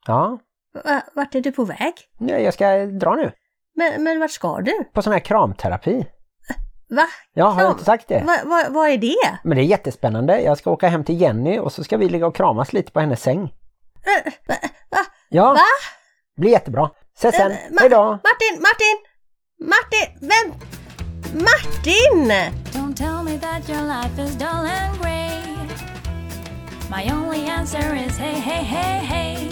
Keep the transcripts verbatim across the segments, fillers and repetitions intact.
Ja. Va, vart är du på väg? Ja, jag ska dra nu. Men, men vart ska du? På sån här kramterapi. Va? Ja, har jag inte sagt det? Va, va, vad är det? Men det är jättespännande. Jag ska åka hem till Jenny och så ska vi ligga och kramas lite på hennes säng. Va? Va? Va? Ja, Va? blir jättebra. Ses sen. Äh, Ma- Hej då. Martin, Martin! Martin, vänt! Martin! Don't tell me that your life is dull and grey. My only answer is hey, hey, hey, hey.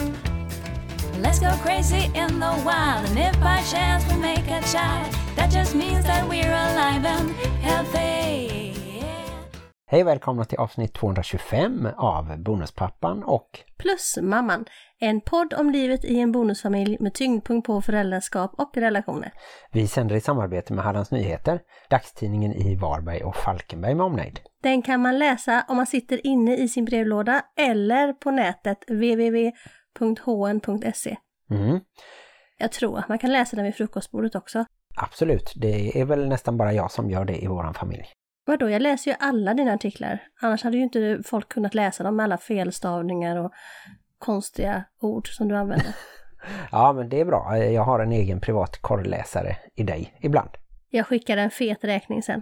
Let's go crazy in the wild. And if by chance we make a child, that just means that we're alive and healthy. Hej och välkomna till avsnitt tvåhundratjugofem av Bonuspappan och Plus mamman. En podd om livet i en bonusfamilj med tyngdpunkt på föräldraskap och relationer. vi sänder i samarbete med Hallands Nyheter, dagstidningen i Varberg och Falkenberg med omnejd. Den kan man läsa om man sitter inne i sin brevlåda eller på nätet w w w punkt h n punkt s e. Mm. Jag tror att man kan läsa den vid frukostbordet också. Absolut, det är väl nästan bara jag som gör det i våran familj. Vadå, jag läser ju alla dina artiklar. Annars hade ju inte folk kunnat läsa dem med alla felstavningar och konstiga ord som du använder. Ja, men det är bra. Jag har en egen privat korrläsare i dig ibland. Jag skickar en fet räkning sen.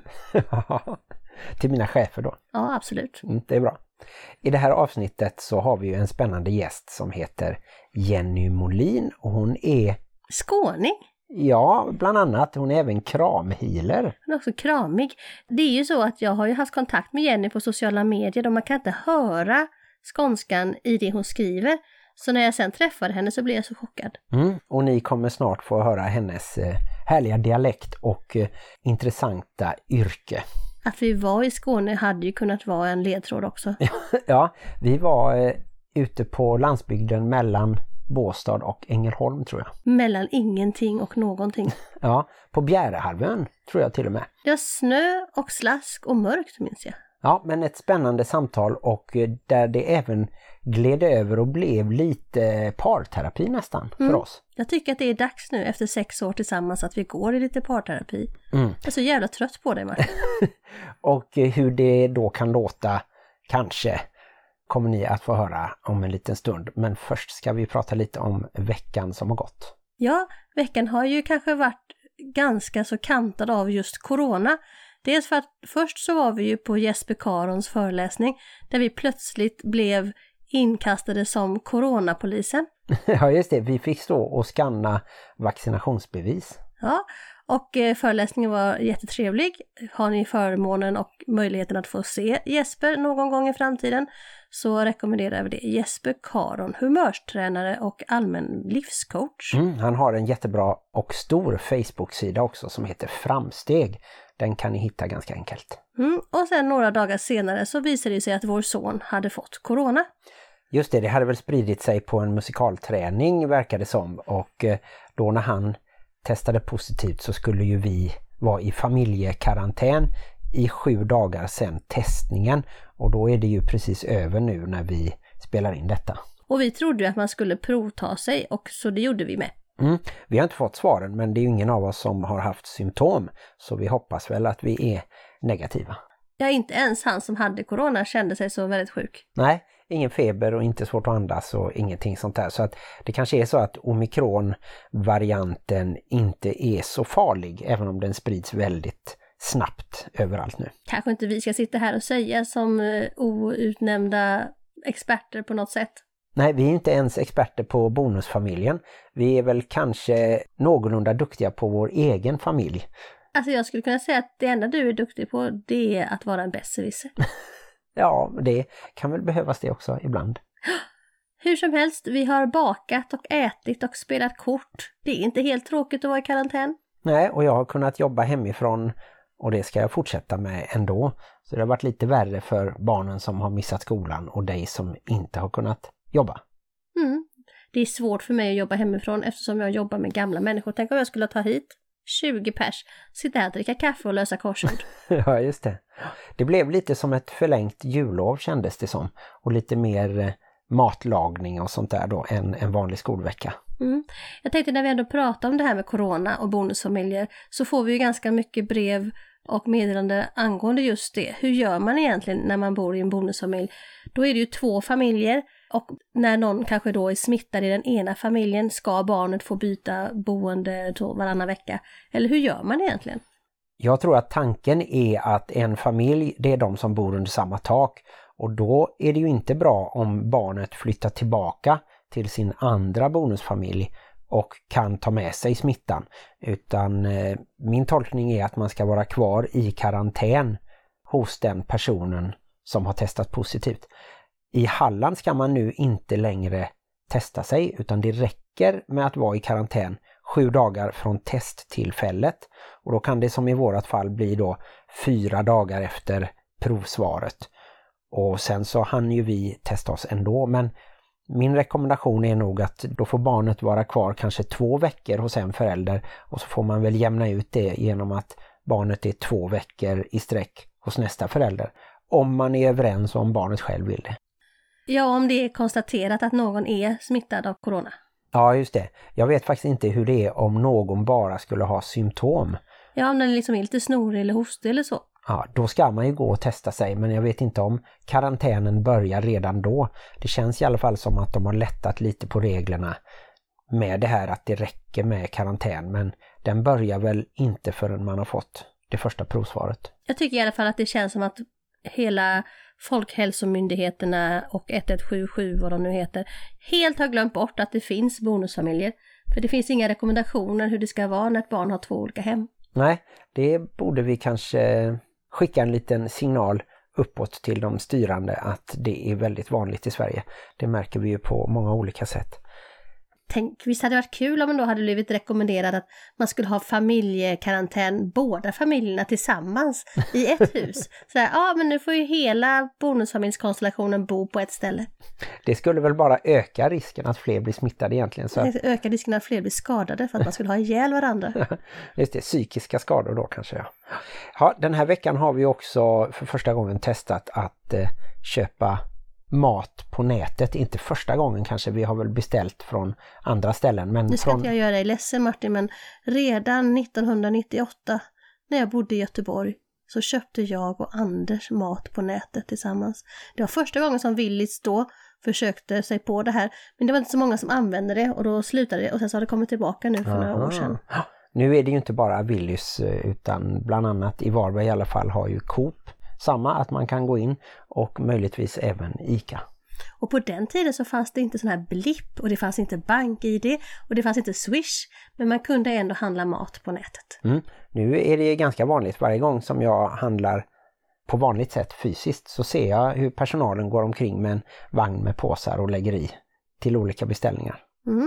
Till mina chefer då. Ja, absolut. Mm, det är bra. I det här avsnittet så har vi ju en spännande gäst som heter Jenny Molin och hon är, Skåning. ja, bland annat, hon är även kramhealer. Hon är också kramig. Det är ju så att jag har ju haft kontakt med Jenny på sociala medier och man kan inte höra skånskan i det hon skriver. Så när jag sen träffade henne så blev jag så chockad. Mm, och ni kommer snart få höra hennes eh, härliga dialekt och eh, intressanta yrke. Att vi var i Skåne hade ju kunnat vara en ledtråd också. Ja, vi var eh, ute på landsbygden mellan Båstad och Ängelholm tror jag. Mellan ingenting och någonting. Ja, på Bjärehalvön tror jag till och med. Det var snö och slask och mörkt minns jag. Ja, men ett spännande samtal och eh, där det även gled över och blev lite parterapi nästan för Mm. oss. Jag tycker att det är dags nu efter sex år tillsammans att vi går i lite parterapi. Mm. Jag är så jävla trött på dig, Martin. Och eh, hur det då kan låta kanske kommer ni att få höra om en liten stund. Men först ska vi prata lite om veckan som har gått. Ja, veckan har ju kanske varit ganska så kantad av just corona. Dels för att först så var vi ju på Jesper Karons föreläsning där vi plötsligt blev inkastade som coronapolisen. Ja just det, vi fick stå och skanna vaccinationsbevis. Ja, och eh, föreläsningen var jättetrevlig. Har ni förmånen och möjligheten att få se Jesper någon gång i framtiden så rekommenderar vi det. Jesper Karon, humörstränare och allmän livscoach. Mm, han har en jättebra och stor Facebook-sida också som heter Framsteg. Den kan ni hitta ganska enkelt. Mm, och sen några dagar senare så visade det sig att vår son hade fått corona. Just det, det hade väl spridit sig på en musikalträning verkade som. Och eh, då när han testade positivt så skulle ju vi vara i familjekarantän i sju dagar sedan testningen. Och då är det ju precis över nu när vi spelar in detta. Och vi trodde ju att man skulle provta sig och så det gjorde vi med. Mm, vi har inte fått svaren men det är ju ingen av oss som har haft symptom. Så vi hoppas väl att vi är negativa. Ja, inte ens han som hade corona kände sig så väldigt sjuk. Nej, ingen feber och inte svårt att andas och ingenting sånt där. Så att det kanske är så att omikron-varianten inte är så farlig även om den sprids väldigt snabbt överallt nu. Kanske inte vi ska sitta här och säga som uh, outnämnda experter på något sätt. Nej, vi är inte ens experter på bonusfamiljen. Vi är väl kanske någorlunda duktiga på vår egen familj. Alltså jag skulle kunna säga att det enda du är duktig på det är att vara en besserwisser. Ja, det kan väl behövas det också ibland. Hur som helst, vi har bakat och ätit och spelat kort. Det är inte helt tråkigt att vara i karantän. Nej, och jag har kunnat jobba hemifrån och det ska jag fortsätta med ändå. Så det har varit lite värre för barnen som har missat skolan och dig som inte har kunnat jobba. Mm. Det är svårt för mig att jobba hemifrån eftersom jag jobbar med gamla människor. Tänk om jag skulle ta hit tjugo pers, sitta här och dricka kaffe och lösa korsord. Ja, just det. Det blev lite som ett förlängt jullov kändes det som. Och lite mer matlagning och sånt där då än en vanlig skolvecka. Mm. Jag tänkte när vi ändå pratar om det här med corona och bonusfamiljer så får vi ju ganska mycket brev och meddelande angående just det. Hur gör man egentligen när man bor i en bonusfamilj? Då är det ju två familjer Och när någon kanske då är smittad i den ena familjen, ska barnet få byta boende varannan vecka? Eller hur gör man egentligen? Jag tror att tanken är att en familj, det är de som bor under samma tak. Och då är det ju inte bra om barnet flyttar tillbaka till sin andra bonusfamilj och kan ta med sig smittan. Utan eh, min tolkning är att man ska vara kvar i karantän hos den personen som har testat positivt. I Halland ska man nu inte längre testa sig, utan det räcker med att vara i karantän sju dagar från testtillfället. Och då kan det som i vårat fall bli då fyra dagar efter provsvaret. Och sen så hann ju vi testa oss ändå, men min rekommendation är nog att då får barnet vara kvar kanske två veckor hos en förälder, och så får man väl jämna ut det genom att barnet är två veckor i sträck hos nästa förälder. Om man är överens om barnet själv vill det. Ja, om det är konstaterat att någon är smittad av corona. Ja, just det. Jag vet faktiskt inte hur det är om någon bara skulle ha symptom. Ja, om den liksom är lite snorig eller hostig eller så. Ja, då ska man ju gå och testa sig, men jag vet inte om karantänen börjar redan då. Det känns i alla fall som att de har lättat lite på reglerna med det här att det räcker med karantän, men den börjar väl inte förrän man har fått det första provsvaret. Jag tycker i alla fall att det känns som att hela Folkhälsomyndigheterna och ett ett sju sju, vad de nu heter, helt har glömt bort att det finns bonusfamiljer. För det finns inga rekommendationer hur det ska vara när ett barn har två olika hem. Nej, det borde vi kanske skicka en liten signal uppåt till de styrande att det är väldigt vanligt i Sverige. Det märker vi ju på många olika sätt. Tänk, visst hade det varit kul om man då hade blivit rekommenderad att man skulle ha familjekarantän, båda familjerna tillsammans i ett hus. Så där, ja, men nu får ju hela bonusfamiljskonstellationen bo på ett ställe. Det skulle väl bara öka risken att fler blir smittade egentligen. Så att... Öka risken att fler blir skadade för att man skulle ha ihjäl varandra. Just det, psykiska skador då kanske. Ja. Ja, den här veckan har vi också för första gången testat att eh, köpa mat på nätet. Inte första gången kanske, vi har väl beställt från andra ställen. Men nu ska från... inte jag göra dig ledsen, Martin, men redan nittonhundranittioåtta när jag bodde i Göteborg så köpte jag och Anders mat på nätet tillsammans. Det var första gången som Willys då försökte sig på det här, men det var inte så många som använde det och då slutade det och sen så har det kommit tillbaka nu för Aha. några år sedan. Nu är det ju inte bara Willys utan bland annat i Varberg i alla fall har ju Coop samma, att man kan gå in, och möjligtvis även ICA. Och på den tiden så fanns det inte sån här blipp och det fanns inte bank-I D och det fanns inte Swish, men man kunde ändå handla mat på nätet. Mm. Nu är det ganska vanligt, varje gång som jag handlar på vanligt sätt fysiskt så ser jag hur personalen går omkring med en vagn med påsar och lägger i till olika beställningar. Mm.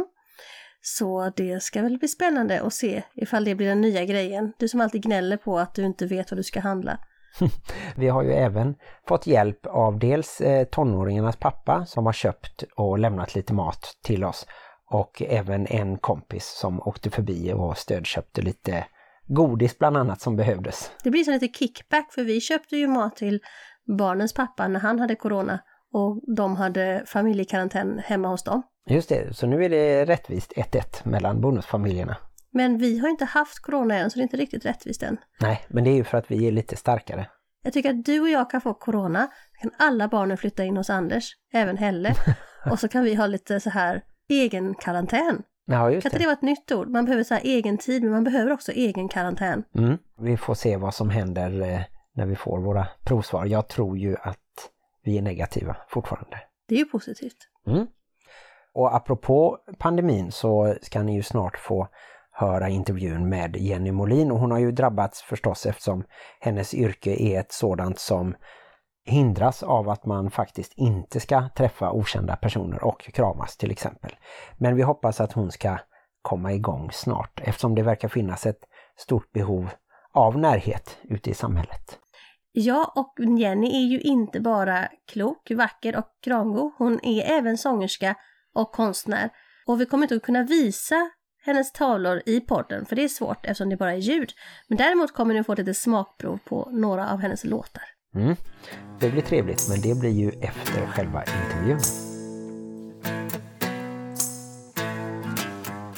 Så det ska väl bli spännande att se ifall det blir den nya grejen. Du som alltid gnäller på att du inte vet vad du ska handla. Vi har ju även fått hjälp av dels tonåringarnas pappa som har köpt och lämnat lite mat till oss, och även en kompis som åkte förbi och stödköpte lite godis bland annat som behövdes. Det blir så lite kickback, för vi köpte ju mat till barnens pappa när han hade corona och de hade familjekarantän hemma hos dem. Just det, så nu är det rättvist ett ett mellan bonusfamiljerna. Men vi har inte haft corona än, så det är inte riktigt rättvist än. Nej, men det är ju för att vi är lite starkare. Jag tycker att du och jag kan få corona. Kan alla barnen flytta in hos Anders, även Helle. Och så kan vi ha lite så här egen karantän. Ja, just kan inte det. det vara ett nytt ord? Man behöver så här egen tid, men man behöver också egen karantän. Mm. Vi får se vad som händer eh, när vi får våra provsvar. Jag tror ju att vi är negativa fortfarande. Det är ju positivt. Mm. Och apropå pandemin så ska ni ju snart få höra intervjun med Jenny Molin, och hon har ju drabbats förstås eftersom hennes yrke är ett sådant som hindras av att man faktiskt inte ska träffa okända personer och kramas till exempel. Men vi hoppas att hon ska komma igång snart eftersom det verkar finnas ett stort behov av närhet ute i samhället. Ja, och Jenny är ju inte bara klok, vacker och kramgo. Hon är även sångerska och konstnär. Och vi kommer inte att kunna visa hennes tavlor i podden, för det är svårt eftersom det bara är ljud. Men däremot kommer ni få lite smakprov på några av hennes låtar. Mm. Det blir trevligt, men det blir ju efter själva intervjun.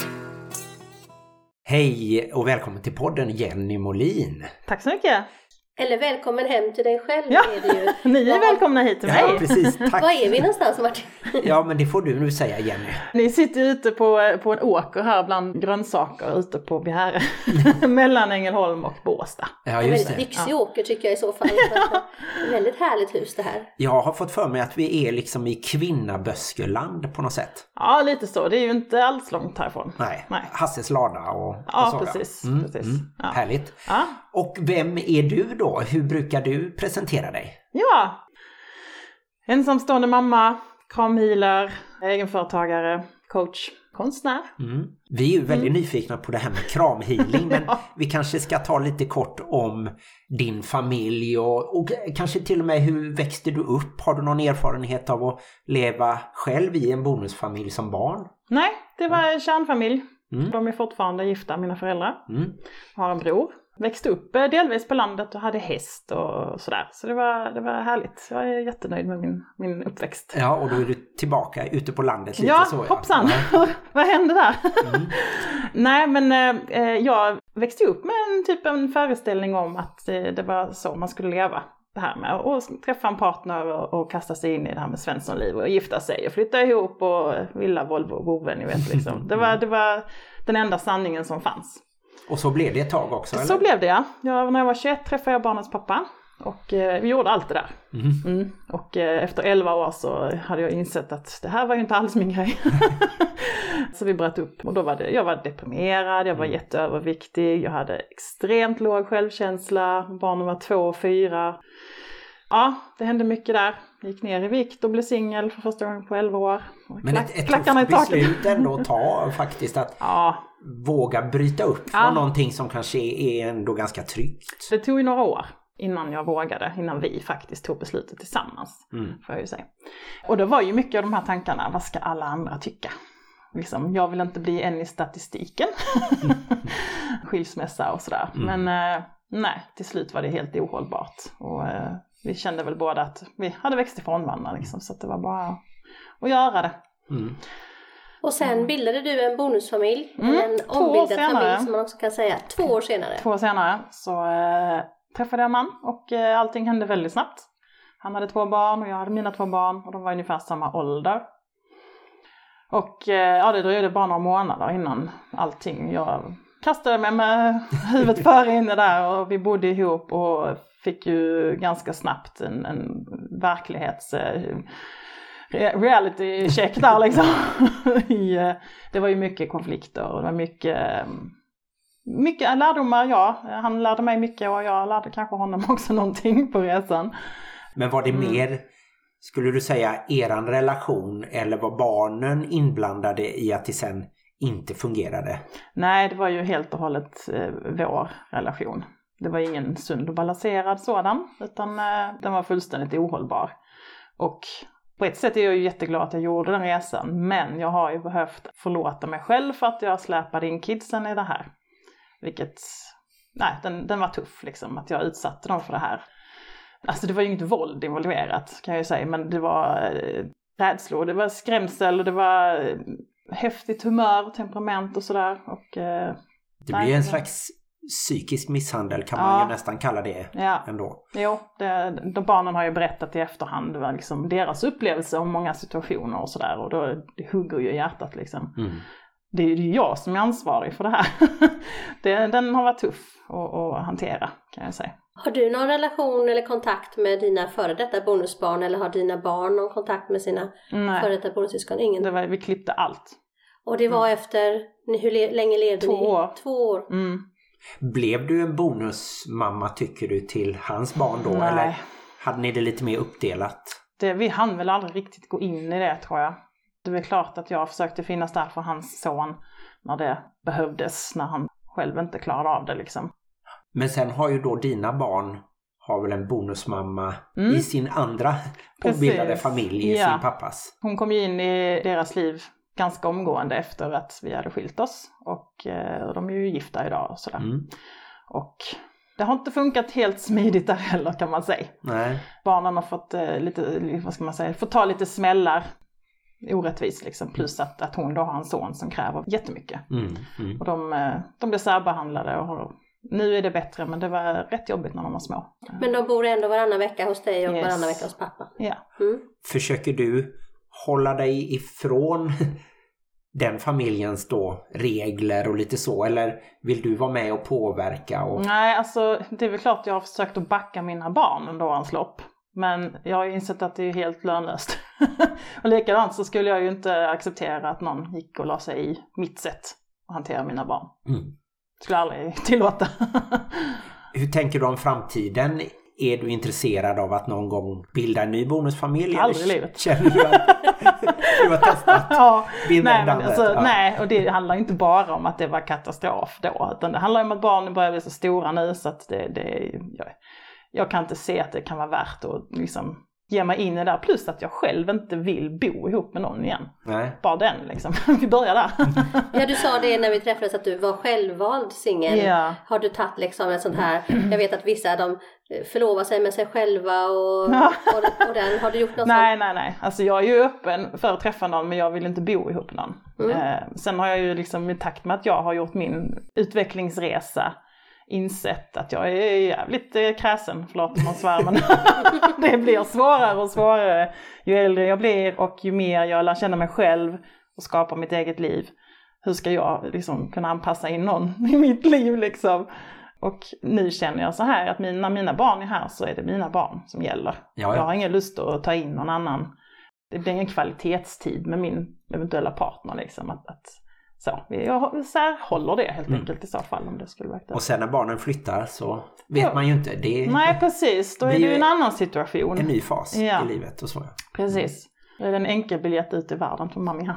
Hej och välkommen till podden Jenny Molin. Tack så mycket. Eller välkommen hem till dig själv. Ja, är det ju. ni är välkomna hit till mig. Ja, precis. Tack. Var är vi någonstans, Martin? Ja, men det får du nu säga, Jenny. Ni sitter ute på, på en åker här bland grönsaker ute på Bjäre. Mellan Ängelholm och Båstad. Ja, Det är just väldigt det. lyxig åker tycker jag i så fall. Ett väldigt härligt hus det här. Jag har fått för mig att vi är liksom i Kvinnaböskeland på något sätt. Ja, lite så. Det är ju inte alls långt härifrån. Nej, Nej. Hasses lada och, Ja, och så. precis, Mm, precis. Mm, Ja. Härligt. Ja. Och vem är du då? Hur brukar du presentera dig? Ja, ensamstående mamma, kramhealer, egenföretagare, coach, konstnär. Mm. Vi är ju väldigt mm. nyfikna på det här med kramhealing, men ja. vi kanske ska ta lite kort om din familj och, och kanske till och med hur växte du upp? Har du någon erfarenhet av att leva själv i en bonusfamilj som barn? Nej, det var en kärnfamilj. Mm. De är fortfarande gifta, mina föräldrar. Mm. Har en bror. Växte upp delvis på landet och hade häst och sådär. Så det var, det var härligt. Jag är jättenöjd med min, min uppväxt. Ja, och då är du tillbaka ute på landet lite ja, så. Ja, hoppsan. Vad hände där? Mm. Nej, men eh, jag växte upp med en typ av en föreställning om att eh, det var så man skulle leva. Det här med att träffa en partner och, och kasta sig in i det här med Svenssonliv och gifta sig och flytta ihop och villa, Volvo och Bove, ni vet liksom. Det var, det var den enda sanningen som fanns. Och så blev det ett tag också, eller? Så blev det, ja. Jag, när jag var tjugoett träffade jag barnens pappa. Och eh, vi gjorde allt det där. Mm. Mm. Och eh, efter elva år så hade jag insett att det här var ju inte alls min grej. Så vi bröt upp. Och då var det, jag var deprimerad, jag var mm. jätteöverviktig. Jag hade extremt låg självkänsla. Barnen var två och fyra. Ja, det hände mycket där. Jag gick ner i vikt och blev singel för första gången på elva år. Men ett, ett tufft beslut ändå att ta faktiskt att ja. våga bryta upp från ja. någonting som kanske är ändå ganska tryggt. Det tog ju några år innan jag vågade, innan vi faktiskt tog beslutet tillsammans, mm. får jag ju säga. Och det var ju mycket av de här tankarna, vad ska alla andra tycka? Liksom, jag vill inte bli en i statistiken. Skilsmässa och sådär. Mm. Men eh, nej, till slut var det helt ohållbart. Och eh, vi kände väl båda att vi hade växt ifrån varandra liksom, så att det var bara att göra det. Mm. Och sen bildade du en bonusfamilj, mm. en ombildad familj som man också kan säga, två år senare. Två år senare så eh, träffade jag man och eh, allting hände väldigt snabbt. Han hade två barn och jag hade mina två barn och de var ungefär samma ålder. Och eh, ja, det dröjde bara några månader innan allting. Jag kastade mig med huvudet före inne där och vi bodde ihop och fick ju ganska snabbt en, en verklighets... Eh, reality check där liksom. Det var ju mycket konflikter och det var mycket, mycket lärdomar, ja. Han lärde mig mycket och jag lärde kanske honom också någonting på resan. Men var det mm. mer, skulle du säga, eran relation eller var barnen inblandade i att det sen inte fungerade? Nej, det var ju helt och hållet eh, vår relation. Det var ingen sund och balanserad sådan, utan eh, den var fullständigt ohållbar. Och på ett sätt är jag ju jätteglad att jag gjorde den resan, men jag har ju behövt förlåta mig själv för att jag släpade in kidsen i det här. Vilket, nej, den, den var tuff liksom, att jag utsatte dem för det här. Alltså det var ju inget våld involverat kan jag ju säga, men det var eh, rädslor, det var skrämsel och det var eh, häftigt humör och temperament och sådär. Och, eh, det blir en slags psykisk misshandel kan man ja. ju nästan kalla det ja. ändå. Jo, det, de barnen har ju berättat i efterhand, det var liksom deras upplevelse om många situationer och sådär, och då det hugger ju hjärtat liksom. Mm. Det är ju jag som är ansvarig för det här. det, den har varit tuff att, att hantera kan jag säga. Har du någon relation eller kontakt med dina före detta bonusbarn, eller har dina barn någon kontakt med sina Nej. före detta bonussyskon? Ingen? Det var, vi klippte allt. Och det var mm. efter, hur le, länge levde Två ni? År. Två år. Mm. Blev du en bonusmamma tycker du till hans barn då? Nej. Eller hade ni det lite mer uppdelat? Det, vi hann väl aldrig riktigt gå in i det tror jag. Det var klart att jag försökte finnas där för hans son när det behövdes, när han själv inte klarade av det liksom. Men sen har ju då dina barn har väl en bonusmamma mm. i sin andra ombildade familj, ja. sin pappas. Hon kom ju in i deras liv ganska omgående efter att vi hade skilt oss. Och eh, de är ju gifta idag och sådär. Mm. Och det har inte funkat helt smidigt där heller kan man säga. Nej. Barnen har fått eh, lite, vad ska man säga, fått ta lite smällar. Orättvis liksom. Plus att, att hon då har en son som kräver jättemycket. Mm. Mm. Och de, de blir särbehandlade och har Nu är det bättre, men det var rätt jobbigt när de var små. Men de bor ändå varannan vecka hos dig och Yes. varannan vecka hos pappa. Ja. Mm. Försöker du hålla dig ifrån den familjens då regler och lite så, eller vill du vara med och påverka? Och... Nej, alltså det är väl klart jag har försökt att backa mina barn under årens lopp. Men jag har insett att det är helt lönlöst. Och likadant så skulle jag ju inte acceptera att någon gick och la sig i mitt sätt att hantera mina barn. Mm. Skulle jag aldrig tillåta. Hur tänker du om framtiden? Är du intresserad av att någon gång bilda en ny bonusfamilj? Aldrig i livet. Känner du att du har testat? Ja, nej, men alltså, ja. nej, och det handlar inte bara om att det var katastrof då. Utan det handlar om att barnen börjar bli så stora nu så att det, det jag, jag kan inte se att det kan vara värt att liksom ge mig in i det där. Plus att jag själv inte vill bo ihop med någon igen. Nej. Bara den liksom. Vi börjar där. Ja, du sa det när vi träffades att du var självvald singel. Ja. Har du tagit liksom en sån här, jag vet att vissa de förlovar sig med sig själva och, Ja. och, och den, har du gjort något Nej, sånt? nej, nej. Alltså jag är ju öppen för att träffa någon men jag vill inte bo ihop med någon. Mm. Eh, sen har jag ju liksom i takt med att jag har gjort min utvecklingsresa insett att jag är jävligt eh, kräsen, förlåt om man svär, men det blir svårare och svårare ju äldre jag blir och ju mer jag lär känna mig själv och skapa mitt eget liv. Hur ska jag liksom kunna anpassa in någon i mitt liv liksom? Och nu känner jag så här att min, när mina barn är här så är det mina barn som gäller. Ja, ja. Jag har ingen lust att ta in någon annan. Det blir ingen kvalitetstid med min eventuella partner liksom. Att, att, så, jag så här håller det helt Mm. enkelt i så fall om det skulle vara det. Och sen när barnen flyttar så vet Ja. man ju inte. Det är Nej, precis. Då är blir det ju ju en annan situation. en ny fas Ja. i livet och så. Precis. Det är en enkel biljett ut i världen för mamma här.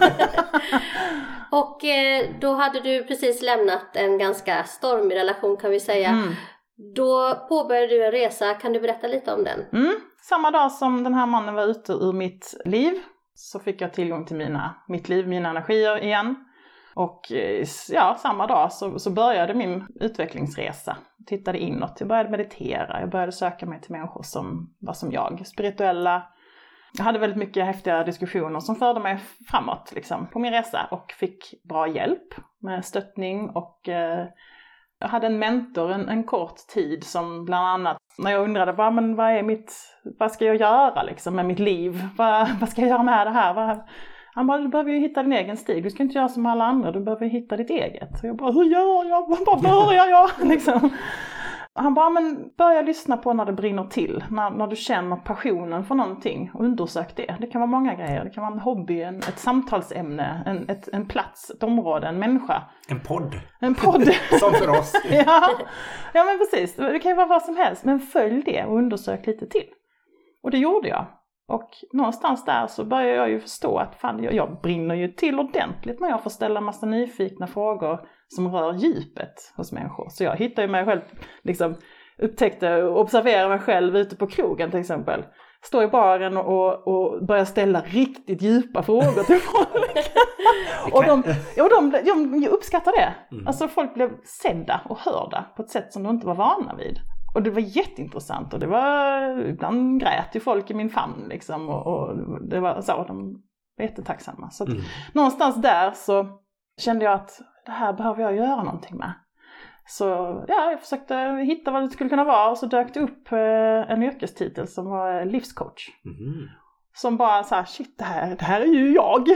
Och eh, då hade du precis lämnat en ganska stormig relation kan vi säga. Mm. Då påbörjade du en resa, kan du berätta lite om den? Mm. Samma dag som den här mannen var ute ur mitt liv så fick jag tillgång till mina, mitt liv, mina energier igen. Och eh, ja, samma dag så, så började min utvecklingsresa. Jag tittade inåt, jag började meditera, jag började söka mig till människor som var som jag, spirituella. Jag hade väldigt mycket häftiga diskussioner som förde mig framåt liksom, på min resa och fick bra hjälp med stöttning och eh, jag hade en mentor en, en kort tid som bland annat när jag undrade vad, men vad är mitt, vad ska jag göra liksom, med mitt liv, vad, vad ska jag göra med det här, vad, han bara, du behöver ju hitta din egen stig, du ska inte göra som alla andra, du behöver hitta ditt eget. Så jag bara, hur gör jag, vad börjar jag liksom. Han bara, men börja lyssna på när det brinner till. När, när du känner passionen för någonting. Och undersök det. Det kan vara många grejer. Det kan vara en hobby, en, ett samtalsämne, en, ett, en plats, ett område, en människa. En podd. En podd. Som för oss. ja. ja, men precis. Det kan ju vara vad som helst. Men följ det och undersök lite till. Och det gjorde jag. Och någonstans där så började jag ju förstå att fan, jag, jag brinner ju till ordentligt när jag får ställa massa nyfikna frågor som rör djupet hos människor. Så jag hittade ju mig själv, liksom upptäckte och observerade mig själv ute på krogen till exempel. Står i baren och, och börjar ställa riktigt djupa frågor till folk. och de, och de, de, de uppskattar det. Mm. Alltså folk blev sedda och hörda på ett sätt som de inte var vana vid. Och det var jätteintressant och det var, ibland grät ju folk i min famn liksom och, och det var så, de var jättetacksamma. Så att mm. någonstans där så kände jag att det här behöver jag göra någonting med. Så ja, jag försökte hitta vad det skulle kunna vara och så dök det upp en yrkestitel som var livscoach. Mm. Som bara så här, shit det här, det här är ju jag.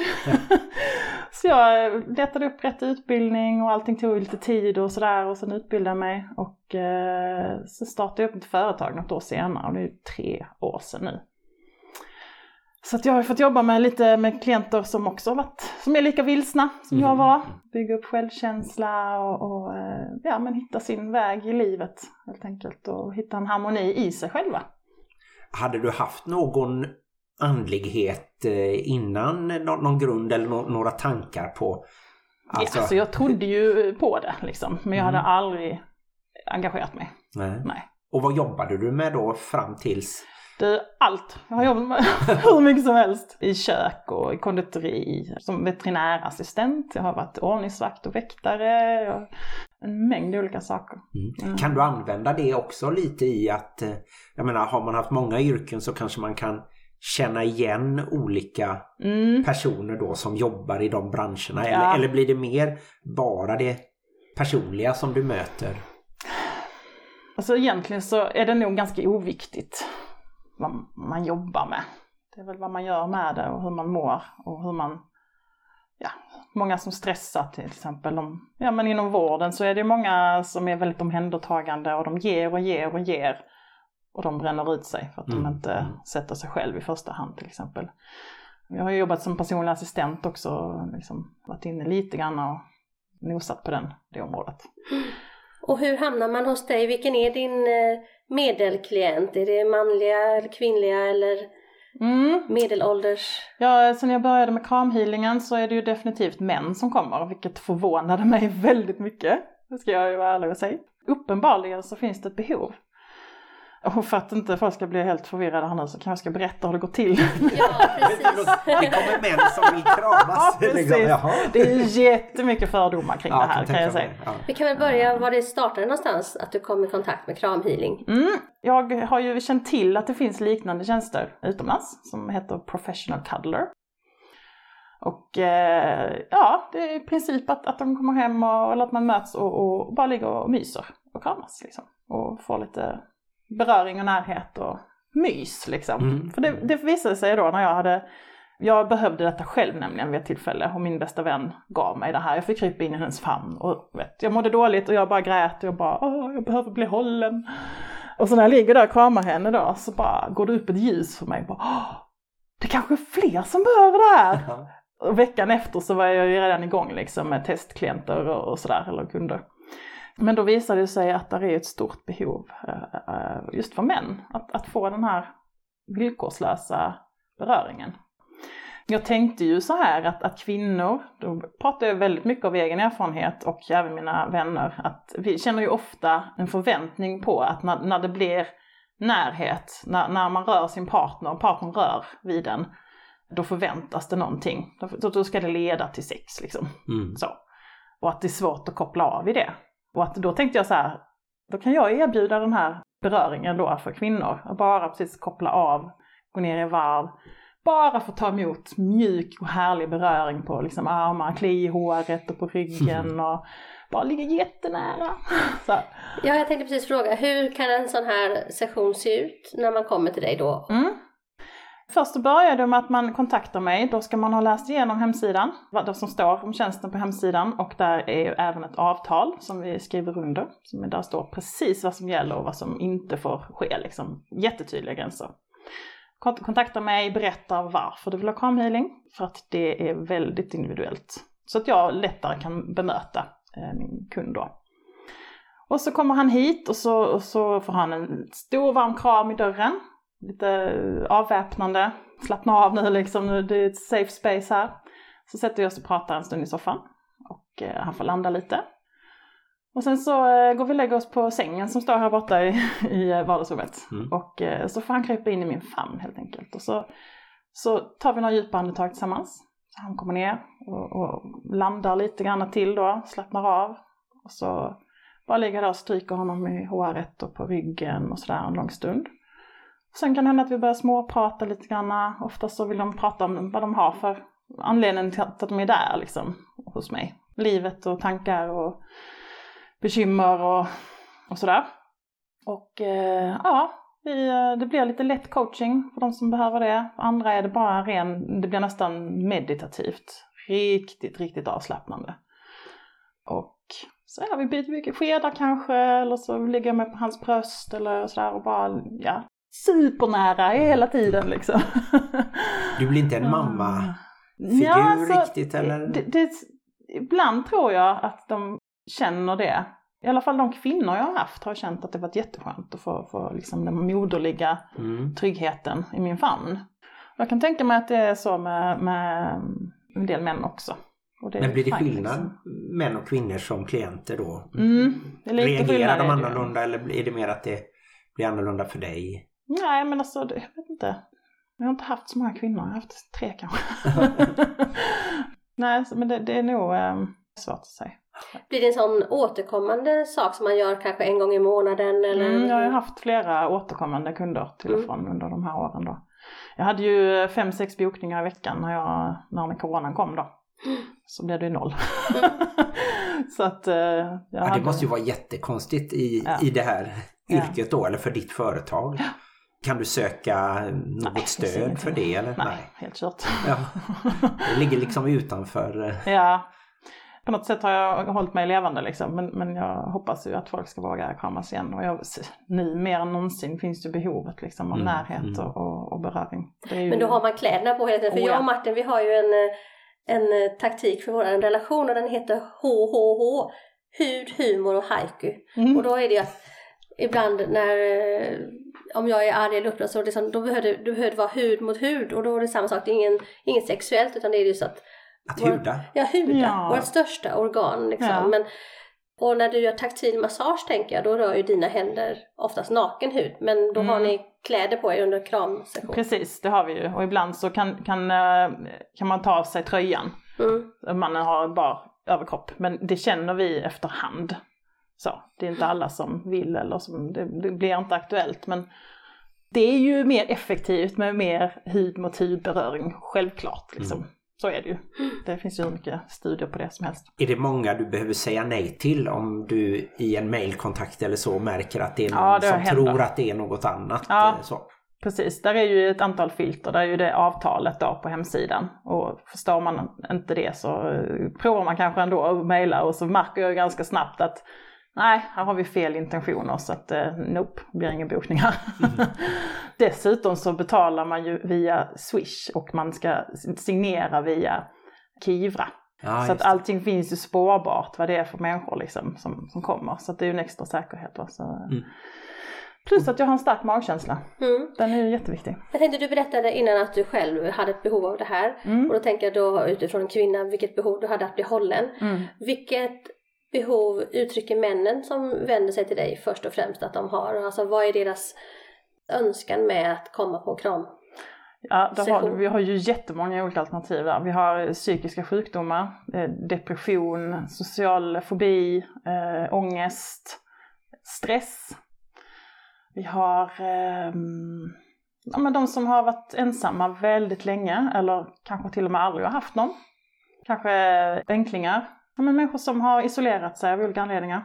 Så jag letade upp rätt utbildning och allting tog lite tid och sådär och sen utbildade mig. Och eh, så startade jag upp ett företag något år senare och det är tre år sedan nu. Så att jag har fått jobba med lite med klienter som också har varit, som är lika vilsna som mm. jag var. Bygga upp självkänsla och, och ja, men hitta sin väg i livet helt enkelt och hitta en harmoni i sig själva. Hade du haft någon andlighet innan någon grund eller några tankar på? Alltså, ja, alltså jag trodde ju på det liksom, men jag hade mm. aldrig engagerat mig. Nej. Nej. Och vad jobbade du med då fram tills? Det, allt. Jag har jobbat med hur mycket som helst. I kök och i konditori. Som veterinärassistent. Jag har varit ordningsvakt och väktare. Jag, en mängd olika saker. Mm. Mm. Kan du använda det också lite i att, jag menar, har man haft många yrken så kanske man kan känna igen olika mm. personer då som jobbar i de branscherna. Ja. Eller, eller blir det mer bara det personliga som du möter? Alltså egentligen så är det nog ganska oviktigt vad man jobbar med. Det är väl vad man gör med det och hur man mår och hur man, ja, många som stressar till exempel. Om, ja, men inom vården så är det många som är väldigt omhändertagande och de ger och ger och ger och de bränner ut sig för att mm. de inte sätter sig själv i första hand till exempel. Jag har ju jobbat som personlig assistent också och liksom varit inne lite grann och nosat på den, det området. Och hur hamnar man hos dig? Vilken är din medelklient? Är det manliga eller kvinnliga eller mm. medelålders? Ja, sen jag började med kramhealingen så är det ju definitivt män som kommer, vilket förvånade mig väldigt mycket. Det ska jag ju vara ärlig och säga. Uppenbarligen så finns det ett behov. Och för att inte folk ska bli helt förvirrade här nu så kan jag ska berätta hur det går till. Ja, precis. Det kommer män som vill kramas. Ja, precis. Det är jättemycket fördomar kring ja, det här kan, kan jag säga. Ja. Vi kan väl börja var det startade någonstans att du kom i kontakt med kramhealing. Mm. Jag har ju känt till att det finns liknande tjänster utomlands som heter Professional Cuddler. Och eh, ja, det är i princip att, att de kommer hem och, eller att man möts och, och bara ligger och myser och kramas liksom. Och får lite beröring och närhet och mys liksom. Mm. För det, det visade sig då när jag hade, jag behövde detta själv nämligen vid ett tillfälle och min bästa vän gav mig det här. Jag fick krypa in i hennes famn och vet, jag mådde dåligt och jag bara grät och jag bara, åh, jag behöver bli hållen. Och så när jag ligger där och kramar henne då så bara går det upp ett ljus för mig. Bara, åh, det kanske är fler som behöver det här. Och veckan efter så var jag ju redan igång liksom med testklienter och, och sådär, eller kunder. Men då visade det sig att det är ett stort behov just för män att, att få den här villkorslösa beröringen. Jag tänkte ju så här att, att kvinnor, då pratar jag väldigt mycket av egen erfarenhet och även mina vänner, att vi känner ju ofta en förväntning på att när, när det blir närhet, när, när man rör sin partner och partnern rör vid den, då förväntas det någonting. Då, då ska det leda till sex liksom. Mm. Så. Och att det är svårt att koppla av i det. Och att då tänkte jag så här, då kan jag erbjuda den här beröringen då för kvinnor. Och bara precis koppla av, gå ner i varv. Bara få ta emot mjuk och härlig beröring på liksom armar, kli i håret och på ryggen. Och bara ligga jättenära. Så. Ja, jag tänkte precis fråga, hur kan en sån här session se ut när man kommer till dig då? Mm. Först så börjar det med att man kontaktar mig. Då ska man ha läst igenom hemsidan, vad det som står om tjänsten på hemsidan. Och där är ju även ett avtal som vi skriver under. Som där står precis vad som gäller och vad som inte får ske. Liksom. Jättetydliga gränser. Kontakta mig, berätta varför du vill ha kramhealing. För att det är väldigt individuellt. Så att jag lättare kan bemöta eh, min kund då. Och så kommer han hit och så, och så får han en stor varm kram i dörren. Lite avväpnande, slappna av nu liksom, det är ett safe space här. Så sätter vi oss och pratar en stund i soffan och eh, han får landa lite. Och sen så eh, går vi och lägger oss på sängen som står här borta i, i vardagsrummet. Mm. Och eh, så får han krypa in i min famn helt enkelt. Och så, så tar vi några djupa andetag tillsammans. Så han kommer ner och, och landar lite grann till då, slappnar av. Och så bara ligger där och stryker honom i håret och på ryggen och sådär en lång stund. Sen kan det hända att vi börjar småprata lite grann. Ofta så vill de prata om vad de har för anledning till att de är där liksom, hos mig. Livet och tankar och bekymmer och, och sådär. Och eh, ja, vi, det blir lite lätt coaching för de som behöver det. För andra är det bara ren, det blir nästan meditativt. Riktigt, riktigt avslappnande. Och så ja, vi byter mycket skedar kanske. Eller så ligger jag med på hans bröst eller sådär och bara, ja. Supernära hela tiden liksom. Du blir inte en mamma-figur ja, alltså, riktigt eller? Det, det, ibland tror jag att de känner det. I alla fall de kvinnor jag har haft har känt att det varit jätteskönt att få, få liksom den moderliga mm. tryggheten i min famn. Jag kan tänka mig att det är så med, med en del män också. Och det men blir det skillnad liksom. Män och kvinnor som klienter då? Mm, det är lite reagerar de annorlunda eller är det mer att det blir annorlunda för dig? Nej, men alltså, jag vet inte. Jag har inte haft så många kvinnor. Jag har haft tre kanske. Nej, men det, det är nog eh, svårt att säga. Blir det en sån återkommande sak som man gör kanske en gång i månaden? Eller? Mm, jag har haft flera återkommande kunder till och från mm. under de här åren då. Jag hade ju fem, sex bokningar i veckan när, jag, när coronan kom då. Mm. Så blev det ju noll. Mm. Så att, eh, jag ja, hade... det måste ju vara jättekonstigt i, ja. i det här yrket då eller för ditt företag? Ja. Kan du söka något Nej, stöd för det? Eller? Nej, Nej, helt kört. Ja. Det ligger liksom utanför. Ja, på något sätt har jag hållit mig levande liksom. Men, men jag hoppas ju att folk ska våga kramas igen. Och jag, nu mer än någonsin finns det behovet liksom, av mm, närhet mm. Och, och, och beröring. Ju... Men då har man kläderna på hela tiden. För oh, jag och Martin, vi har ju en, en taktik för vår relation och den heter H H H. Hud, humor och haiku. Mm. Och då är det att ibland när om jag är arg eller upprörd så liksom, då behöver det, behöver det vara hud mot hud. Och då är det samma sak. Det är ingen, ingen sexuellt utan det är ju så att Att huda? Ja, huda. Ja. Vårt största organ liksom. Ja. Men, och när du gör taktil massage tänker jag, då rör ju dina händer oftast naken hud. Men då mm. har ni kläder på er under kramsession. Precis, det har vi ju. Och ibland så kan, kan, kan man ta av sig tröjan. Mm. Mannen har bara överkropp. Men det känner vi efterhand. Så, det är inte alla som vill eller som, det, det blir inte aktuellt. Men det är ju mer effektivt med mer hud mot hud beröring. Självklart liksom. Mm. Så är det ju. Det finns ju mycket studier på det som helst. Är det många du behöver säga nej till om du i en mejlkontakt eller så märker att det är någon ja, det som händer. Tror att det är något annat? Ja, så. Precis. Där är ju ett antal filter. Där är ju det avtalet då på hemsidan. Och förstår man inte det så provar man kanske ändå att mejla och så märker jag ganska snabbt att nej, här har vi fel intentioner så att eh, nope, det blir inga bokningar. Mm. Dessutom så betalar man ju via Swish och man ska signera via Kivra. Ja, så att allting finns ju spårbart vad det är för människor liksom som, som kommer. Så att det är ju en extra säkerhet. Va? Så, mm. Plus att jag har en stark magkänsla. Mm. Den är ju jätteviktig. Jag tänkte du berättade innan att du själv hade ett behov av det här. Mm. Och då tänker jag då utifrån en kvinna vilket behov du hade att bli hållen. Mm. Vilket behov uttrycker männen som vänder sig till dig först och främst att de har? Alltså vad är deras önskan med att komma på kram? Ja, har, vi har ju jättemånga olika alternativ där. Vi har psykiska sjukdomar, depression, social fobi, äh, ångest, stress. Vi har äh, ja, men de som har varit ensamma väldigt länge eller kanske till och med aldrig har haft någon. Kanske enklingar. Ja, men människor som har isolerat sig av olika anledningar.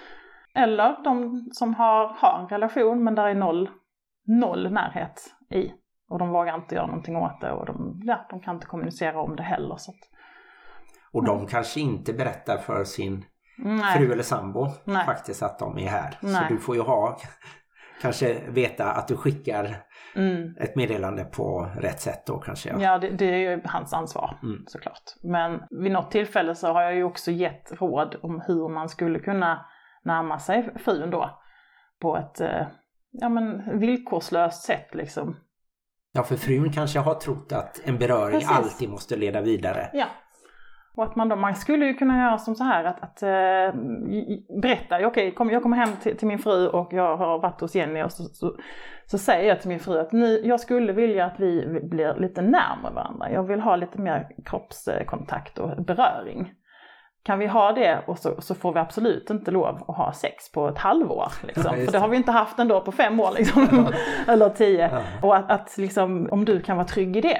Eller de som har, har en relation men där är noll, noll närhet i. Och de vågar inte göra någonting åt det och de, ja, de kan inte kommunicera om det heller. Så att, och de mm. kanske inte berättar för sin Nej. fru eller sambo Nej. faktiskt att de är här. Nej. Så du får ju ha, kanske veta att du skickar mm. ett meddelande på rätt sätt då kanske. Ja, ja det, det är ju hans ansvar mm. såklart. Men vid något tillfälle så har jag ju också gett råd om hur man skulle kunna närma sig frun då. På ett ja, men villkorslöst sätt liksom. Ja, för frun kanske har trott att en beröring Precis. alltid måste leda vidare. Ja. Och att man då, man skulle ju kunna göra som så här att, att äh, berätta, okej, okay, kom, jag kommer hem till, till min fru och jag har varit hos Jenny och så, så, så säger jag till min fru att nu, jag skulle vilja att vi blir lite närmare varandra. Jag vill ha lite mer kroppskontakt och beröring. Kan vi ha det och så, så får vi absolut inte lov att ha sex på ett halvår. Liksom. Ja, för det har vi inte haft ändå på fem år liksom. Eller tio. Ja. Och att, att liksom, om du kan vara trygg i det.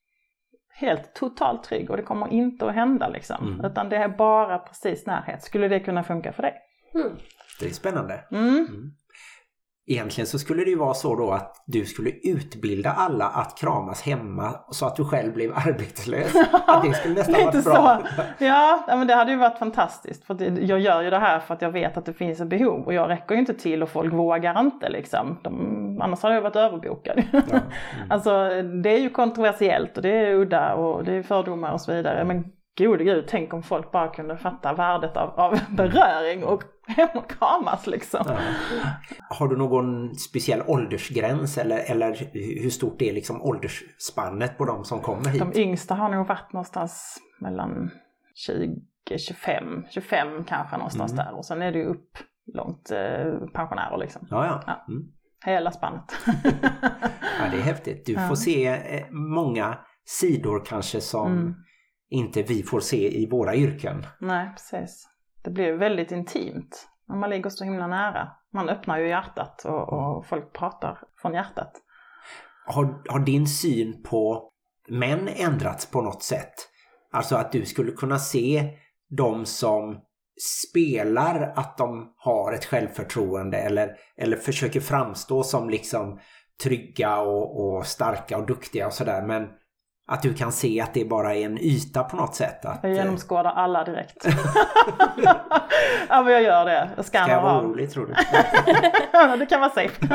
Helt totalt trygg och det kommer inte att hända liksom. Mm. Utan det är bara precis närhet. Skulle det kunna funka för dig? Mm. Det är spännande. Mm. Mm. Egentligen så skulle det ju vara så då att du skulle utbilda alla att kramas hemma så att du själv blev arbetslös. Att det skulle nästan vara bra. Ja, men det hade ju varit fantastiskt. För jag gör ju det här för att jag vet att det finns ett behov. Och jag räcker ju inte till och folk vågar inte liksom. De, annars hade jag varit överbokad. Ja. Mm. Alltså det är ju kontroversiellt och det är udda och det är fördomar och så vidare. Men gode gud, tänk om folk bara kunde fatta värdet av, av beröring och hem och kramas liksom. Ja. Har du någon speciell åldersgräns eller, eller hur stort är liksom åldersspannet på de som kommer hit? De yngsta har nog varit någonstans mellan tjugo till tjugofem, tjugofem kanske någonstans mm. där och sen är det ju upp långt eh, pensionärer liksom. Ja, ja. ja. Mm. Hela spannet. Ja, det är häftigt. Du ja. får se eh, många sidor kanske som mm. inte vi får se i våra yrken. Nej, precis. Det blir väldigt intimt när man ligger så himla nära. Man öppnar ju hjärtat och, och folk pratar från hjärtat. Har, har din syn på män ändrats på något sätt? Alltså att du skulle kunna se dem som spelar att de har ett självförtroende eller, eller försöker framstå som liksom trygga och, och starka och duktiga och sådär, men att du kan se att det bara är en yta på något sätt. Att, jag genomskådar alla direkt. Ja, men jag gör det. Jag ska jag vara orolig, tror du? Det kan vara safe.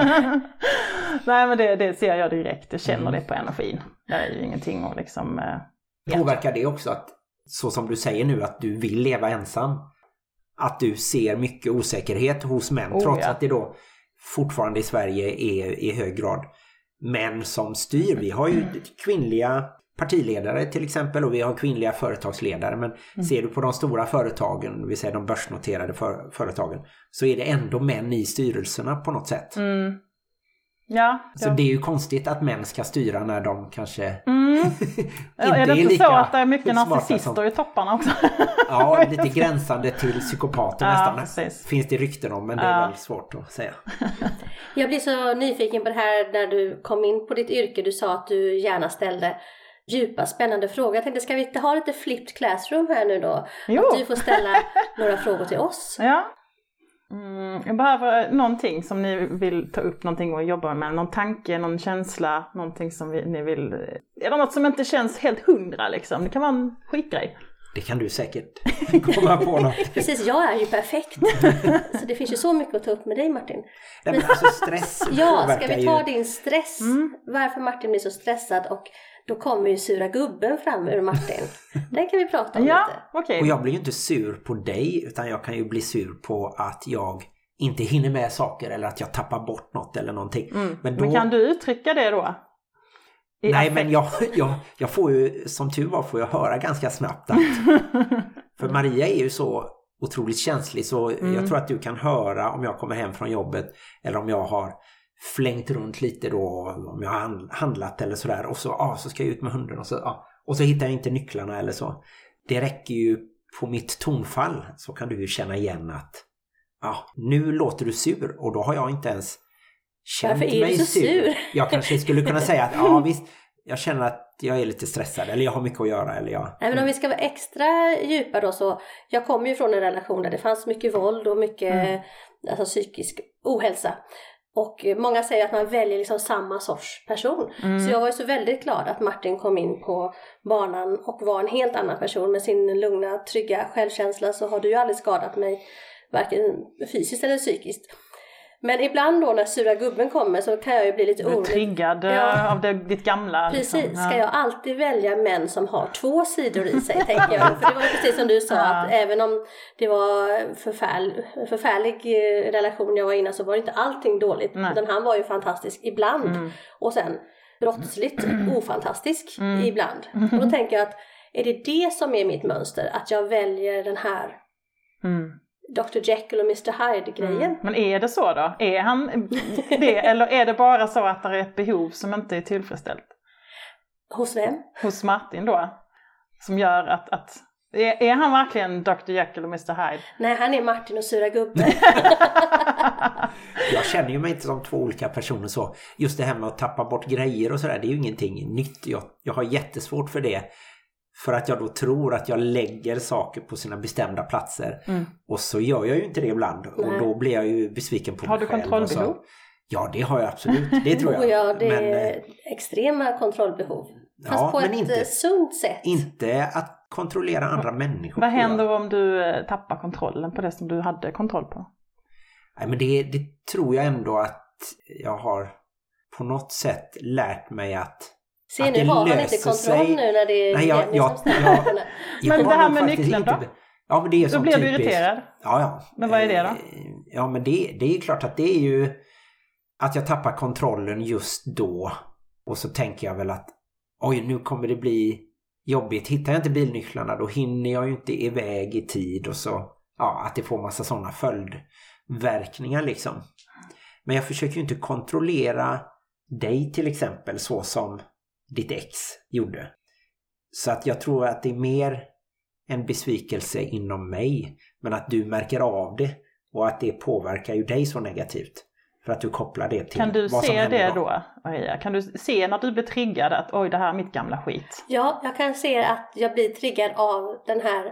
Nej, men det, det ser jag direkt. Jag känner mm. det på energin. Det är ju ingenting att liksom... Eh, påverkar det också att, så som du säger nu, att du vill leva ensam? Att du ser mycket osäkerhet hos män, oh, trots ja. att det då fortfarande i Sverige är i hög grad män som styr. Vi har ju kvinnliga partiledare till exempel, och vi har kvinnliga företagsledare, men mm. ser du på de stora företagen, vi säger de börsnoterade för, företagen, så är det ändå män i styrelserna på något sätt. Mm. Ja, så ja. det är ju konstigt att män ska styra när de kanske mm. inte ja, är det inte är lika så att det är mycket narcissister som... i topparna också? Ja, lite gränsande till psykopater ja, nästan. Precis. Finns det rykten om, men det är ja. väl svårt att säga. Jag blir så nyfiken på det här när du kom in på ditt yrke. Du sa att du gärna ställde djupa, spännande frågor. Jag tänkte, ska vi inte ha lite flipped classroom här nu då? Jo. Att du får ställa några frågor till oss. Ja. Mm, jag behöver någonting som ni vill ta upp, någonting att jobba med, någon tanke, någon känsla, någonting som vi, ni vill, är det något som inte känns helt hundra liksom, det kan vara en skitgrej. Det kan du säkert komma på något. Precis, jag är ju perfekt. Så det finns ju så mycket att ta upp med dig, Martin. Men, men alltså stress. Ja, ska vi ta ju... din stress? Mm. Varför Martin blir så stressad, och då kommer ju sura gubben fram ur Martin. Den kan vi prata om ja, lite. Okay. Och jag blir ju inte sur på dig, utan jag kan ju bli sur på att jag inte hinner med saker eller att jag tappar bort något eller någonting. Mm. Men, då... men kan du uttrycka det då? I Nej, affekt. men jag, jag, jag får ju, som tur var, får jag höra ganska snabbt att för Maria är ju så otroligt känslig, så mm. jag tror att du kan höra om jag kommer hem från jobbet eller om jag har flängt runt lite då, om jag har handlat eller sådär, och så, ah, så ska jag ut med hunden och så, ah, och så hittar jag inte nycklarna eller så. Det räcker ju på mitt tonfall, så kan du ju känna igen att ah, nu låter du sur, och då har jag inte ens känt Varför är mig du så sur. sur? Jag kanske skulle kunna säga att ja visst, jag känner att jag är lite stressad eller jag har mycket att göra. Eller jag... Nej, men om vi ska vara extra djupa då, så jag kommer ju från en relation där det fanns mycket våld och mycket mm. alltså, psykisk ohälsa. Och många säger att man väljer liksom samma sorts person. Mm. Så jag var ju så väldigt glad att Martin kom in på banan och var en helt annan person med sin lugna, trygga självkänsla. Så har du ju aldrig skadat mig, varken fysiskt eller psykiskt. Men ibland då när sura gubben kommer så kan jag ju bli lite orolig. Du är triggad ja. av det, ditt gamla. Precis, liksom. ja. Ska jag alltid välja män som har två sidor i sig, tänker jag. För det var ju precis som du sa, ja. att även om det var förfärlig, förfärlig relation jag var inne, så var det inte allting dåligt. Nej. Utan han var ju fantastisk ibland. Mm. Och sen brottsligt mm. ofantastisk mm. ibland. Mm. Och då tänker jag att är det det som är mitt mönster? Att jag väljer den här... Mm. doktor Jekyll och mister Hyde-grejen. Mm. Men är det så då? Är han det? Eller är det bara så att det är ett behov som inte är tillfredsställt? Hos vem? Hos Martin då. Som gör att... att är, är han verkligen doktor Jekyll och mister Hyde? Nej, han är Martin och sura gubben. Jag känner ju mig inte som två olika personer så. Just det här med att tappa bort grejer och sådär, det är ju ingenting nytt. Jag, jag har jättesvårt för det. För att jag då tror att jag lägger saker på sina bestämda platser. Mm. Och så gör jag ju inte det ibland. Nej. Och då blir jag ju besviken på har mig själv. Har du kontrollbehov? Ja, det har jag absolut. Det tror jag. Oh ja, det men, är extrema kontrollbehov. Fast ja, på ett inte, sunt sätt. Inte att kontrollera andra människor. Vad händer om du tappar kontrollen på det som du hade kontroll på? Nej, men det, det tror jag ändå att jag har på något sätt lärt mig att Se, nu har han inte kontroll sig. Nu när det är Nej, jag, Jenny jag, som ställer jag, jag, Men det här med nyckeln då? Ja, men det är då blir typiskt. Du irriterad? Ja, ja. Men vad är det då? Ja, men det, det är klart att det är ju att jag tappar kontrollen just då. Och så tänker jag väl att oj, nu kommer det bli jobbigt. Hittar jag inte bilnycklarna, då hinner jag ju inte iväg i tid. Och så, ja, att det får massa sådana följdverkningar liksom. Men jag försöker ju inte kontrollera dig till exempel så som ditt ex gjorde. Så att jag tror att det är mer en besvikelse inom mig. Men att du märker av det. Och att det påverkar ju dig så negativt. För att du kopplar det till Kan du vad som se det då? då? Maria? Kan du se när du blir triggad att oj, det här är mitt gamla skit? Ja, jag kan se att jag blir triggad av den här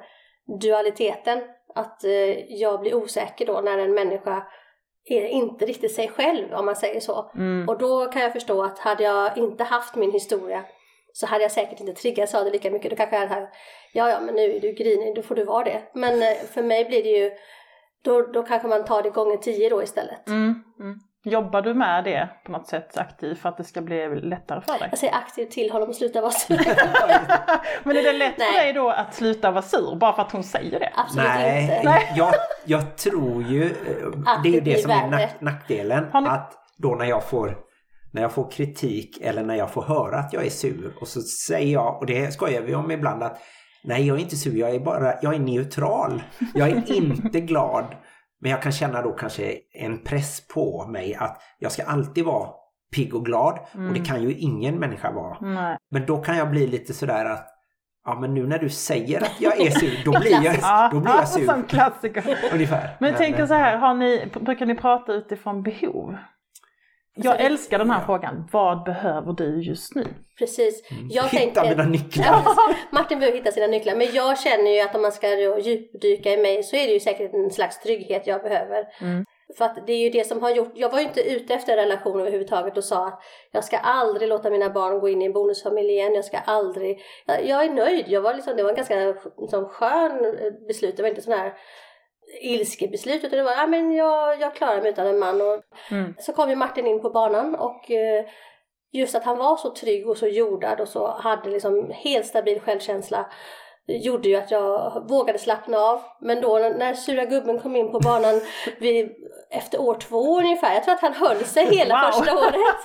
dualiteten. Att eh, jag blir osäker då när en människa är inte riktigt sig själv, om man säger så. Mm. Och då kan jag förstå att hade jag inte haft min historia så hade jag säkert inte triggats av det lika mycket. Då kanske jag hade, ja ja men nu är du grinig, då får du vara det. Men eh, för mig blir det ju, då, då kanske man tar det gånger tio då istället. Mm. Mm. Jobbar du med det på något sätt aktivt för att det ska bli lättare för dig? Jag säger aktivt till honom att sluta vara sur. Men är det lätt för dig då att sluta vara sur bara för att hon säger det? Absolut Nej, inte. Nej, jag, jag tror ju, att det är ju det, det som är värre. nackdelen. Ni... Att då när jag får när jag får kritik eller när jag får höra att jag är sur och så säger jag, och det skojar vi om ibland, att nej, jag är inte sur, jag är bara, jag är neutral. Jag är inte glad. Men jag kan känna då kanske en press på mig att jag ska alltid vara pigg och glad. Mm. Och det kan ju ingen människa vara. Nej. Men då kan jag bli lite sådär att ja, men nu när du säger att jag är sur, då blir jag, då blir jag sur. Som klassiker. Ungefär. Men jag tänker så här, har ni, brukar ni prata utifrån behov? Jag älskar den här ja. frågan. Vad behöver du just nu? Precis. Jag hitta tänker, mina nycklar. Ja, Martin behöver hitta sina nycklar. Men jag känner ju att om man ska djupdyka i mig så är det ju säkert en slags trygghet jag behöver. Mm. För att det är ju det som har gjort. Jag var ju inte ute efter en relation överhuvudtaget och sa att jag ska aldrig låta mina barn gå in i en bonusfamilj igen. Jag ska aldrig. Jag, jag är nöjd. Jag var liksom, det var en ganska liksom, skön beslut. Det var inte sån här ilskebeslut, utan det var ja, men jag, jag klarar mig utan en man. Och mm. Så kom ju Martin in på banan och eh, just att han var så trygg och så jordad och så hade liksom helt stabil självkänsla gjorde ju att jag vågade slappna av. Men då när sura gubben kom in på banan vid, efter år två ungefär, jag tror att han höll sig hela wow. första året.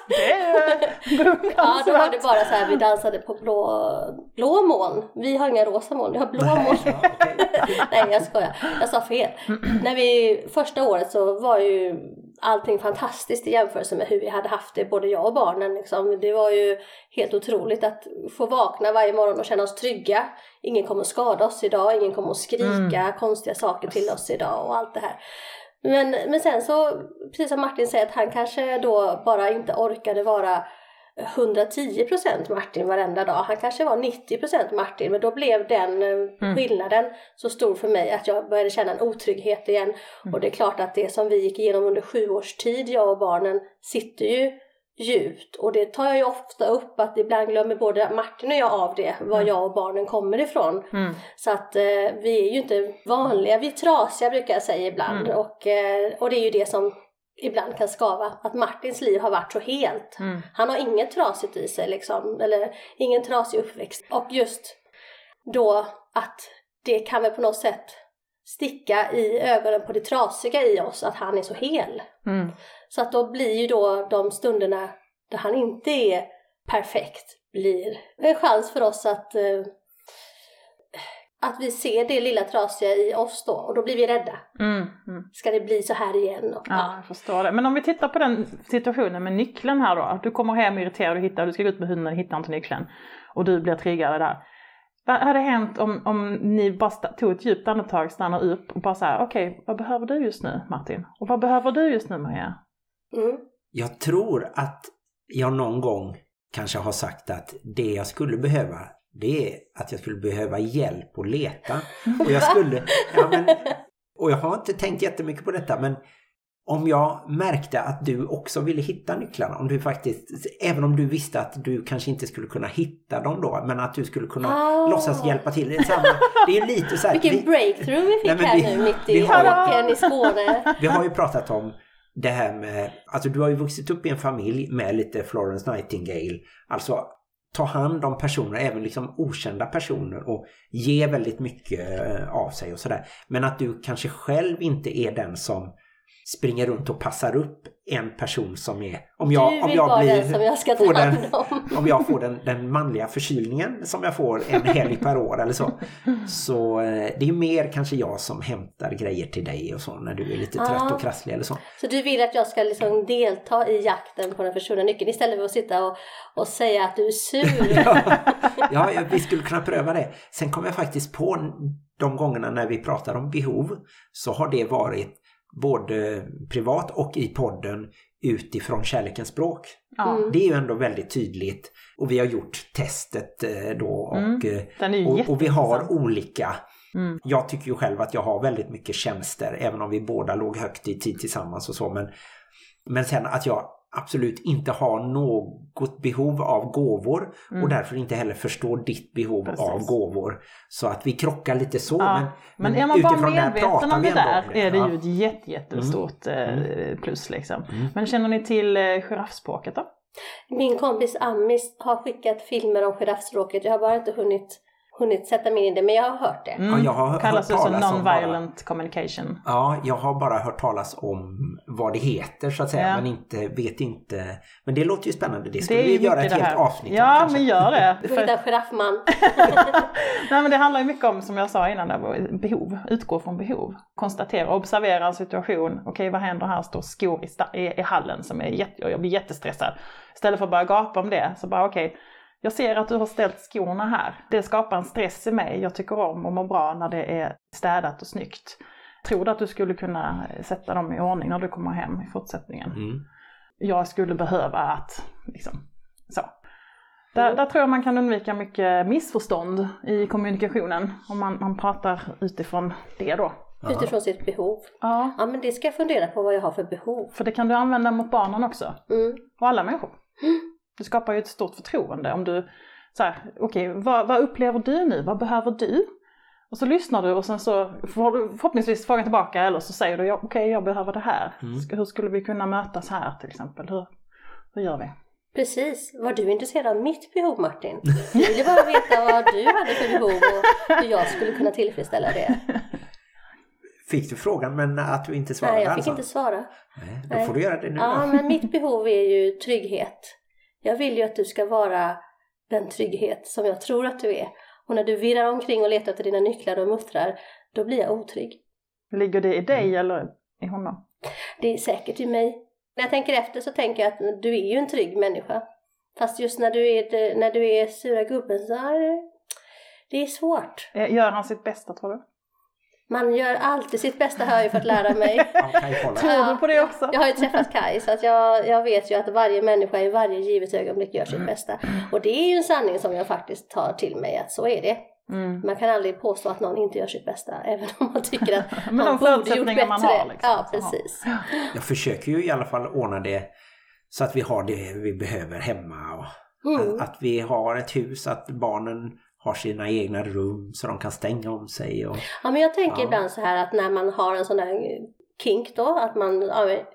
Ja, då var det bara så här, vi dansade på blå, blå moln. Vi har inga rosa moln, vi har blå moln. Nej, jag skojar. Jag sa fel. När vi första året så var ju allting fantastiskt i jämförelse med hur vi hade haft det, både jag och barnen. Liksom. Det var ju helt otroligt att få vakna varje morgon och känna oss trygga. Ingen kommer att skada oss idag, ingen kommer att skrika mm. konstiga saker till oss idag och allt det här. Men, men sen så, precis som Martin säger, att han kanske då bara inte orkade vara hundratio procent Martin varenda dag. Han kanske var nittio procent Martin, men då blev den mm. skillnaden så stor för mig att jag började känna en otrygghet igen. Mm. Och det är klart att det som vi gick igenom under sju års tid, jag och barnen, sitter ju djupt. Och det tar jag ju ofta upp, att ibland glömmer både Martin och jag av det, var mm. jag och barnen kommer ifrån. Mm. Så att eh, vi är ju inte vanliga, vi är trasiga brukar jag säga ibland. Mm. Och, eh, och det är ju det som ibland kan skava, att Martins liv har varit så helt. Mm. Han har inget trasigt i sig liksom, eller ingen trasig uppväxt. Och just då att det kan väl på något sätt sticka i ögonen på det trasiga i oss, att han är så hel. Mm. Så att då blir ju då de stunderna där han inte är perfekt, blir en chans för oss att eh, att vi ser det lilla trasiga i oss då. Och då blir vi rädda. Mm, mm. Ska det bli så här igen? Och, ja, ja, jag förstår det. Men om vi tittar på den situationen med nyckeln här då. Du kommer hem irriterad och hittar, du ska gå ut med hunden och hittar inte nyckeln. Och du blir triggad där. Vad hade hänt om, om ni bara tog ett djupt andetag, stannar upp och bara så här, okej, okay, vad behöver du just nu, Martin? Och vad behöver du just nu, Maria? Mm. Jag tror att jag någon gång kanske har sagt att det jag skulle behöva, det är att jag skulle behöva hjälp att leta. Och jag skulle, ja, men, och jag har inte tänkt jättemycket på detta, men om jag märkte att du också ville hitta nycklarna, om du faktiskt, även om du visste att du kanske inte skulle kunna hitta dem då, men att du skulle kunna oh. låtsas hjälpa till. Det är, samma, det är lite så här. Vilken vi, breakthrough vi fick nej, här vi, nu mitt i åken i Skåne. Vi har ju pratat om det här med, alltså du har ju vuxit upp i en familj med lite Florence Nightingale, alltså ta hand om personer, även liksom okända personer, och ge väldigt mycket av sig och sådär. Men att du kanske själv inte är den som springer runt och passar upp en person som är, om jag, om jag blir som jag ska ta får hand den, om. om jag får den, den manliga förkylningen som jag får en helg per år eller så. Så det är mer kanske jag som hämtar grejer till dig och så när du är lite trött ah. och krasslig eller så. Så du vill att jag ska liksom delta i jakten på den försvunna nyckeln istället för att sitta och, och säga att du är sur? ja, ja, vi skulle kunna pröva det. Sen kom jag faktiskt på de gångerna när vi pratar om behov, så har det varit både privat och i podden utifrån kärlekens språk. Mm. Det är ju ändå väldigt tydligt. Och vi har gjort testet då och, mm. och, och vi har olika Mm. Jag tycker ju själv att jag har väldigt mycket tjänster, även om vi båda låg högt i tid tillsammans och så. Men, men sen att jag absolut inte har något behov av gåvor mm. och därför inte heller förstår ditt behov Precis. Av gåvor. Så att vi krockar lite så. Ja. Men, men, men är man bara medveten om det där om det. är det ju ett jätte, jättestort mm. plus liksom. Mm. Men känner ni till eh, giraffspråket då? Min kompis Amis har skickat filmer om giraffspråket. Jag har bara inte hunnit hunnit sätta mig in i det, men jag har hört det. Mm. Ja, jag har kallas hört det som non-violent bara, communication. Ja, jag har bara hört talas om vad det heter så att säga, ja. men inte, vet inte. Men det låter ju spännande. Det skulle det vi göra ett helt avsnitt. Ja, men gör det. För... giraffman. Nej, men det handlar ju mycket om, som jag sa innan, behov. Utgå från behov. Konstatera, observera en situation. Okej, okay, vad händer här? Står skor i, sta- i, i hallen som är jätte, jag blir jättestressad. Istället för att bara gapa om det, så bara okej. Okay, jag ser att du har ställt skorna här. Det skapar en stress i mig. Jag tycker om och mår bra när det är städat och snyggt. Tror du att du skulle kunna sätta dem i ordning när du kommer hem i fortsättningen? Mm. Jag skulle behöva att, liksom, så. Där, mm. där tror jag man kan undvika mycket missförstånd i kommunikationen. Om man, man pratar utifrån det då. Utifrån sitt behov. Ja. Ja, men det ska jag fundera på vad jag har för behov. För det kan du använda mot barnen också. Mm. Och alla människor. Mm. Du skapar ju ett stort förtroende om du så här, okej, okay, vad, vad upplever du nu? Vad behöver du? Och så lyssnar du och sen så får du förhoppningsvis fråga tillbaka, eller så säger du, okej, okay, jag behöver det här. Mm. Hur skulle vi kunna mötas här till exempel? Hur, hur gör vi? Precis. Var du intresserad av mitt behov, Martin? Jag ville bara veta vad du hade för behov och hur jag skulle kunna tillfredsställa det. Fick du frågan men att du inte svarade? Nej, jag fick alltså. inte svara. Nej, då Nej. får du göra det nu. Ja, då. men mitt behov är ju trygghet. Jag vill ju att du ska vara den trygghet som jag tror att du är. Och när du virrar omkring och letar efter dina nycklar och muttrar, då blir jag otrygg. Ligger det i dig mm. eller i honom? Det är säkert i mig. När jag tänker efter så tänker jag att du är ju en trygg människa. Fast just när du är, när du är sura gubben så är det, det är svårt. Gör han sitt bästa, tror du? Man gör alltid sitt bästa, har jag ju fått lära mig. Tror du på det också? Jag har ju träffat Kai, så att jag, jag vet ju att varje människa i varje givet ögonblick gör sitt bästa. Och det är ju en sanning som jag faktiskt tar till mig, att så är det. Mm. Man kan aldrig påstå att någon inte gör sitt bästa, även om man tycker att men han borde gjort bättre. Man har, liksom, ja, precis. Jag försöker ju i alla fall ordna det så att vi har det vi behöver hemma. Och mm. att, att vi har ett hus, att barnen har sina egna rum så de kan stänga om sig. Och, ja, men jag tänker ja. ibland så här att när man har en sån där kink då, att man,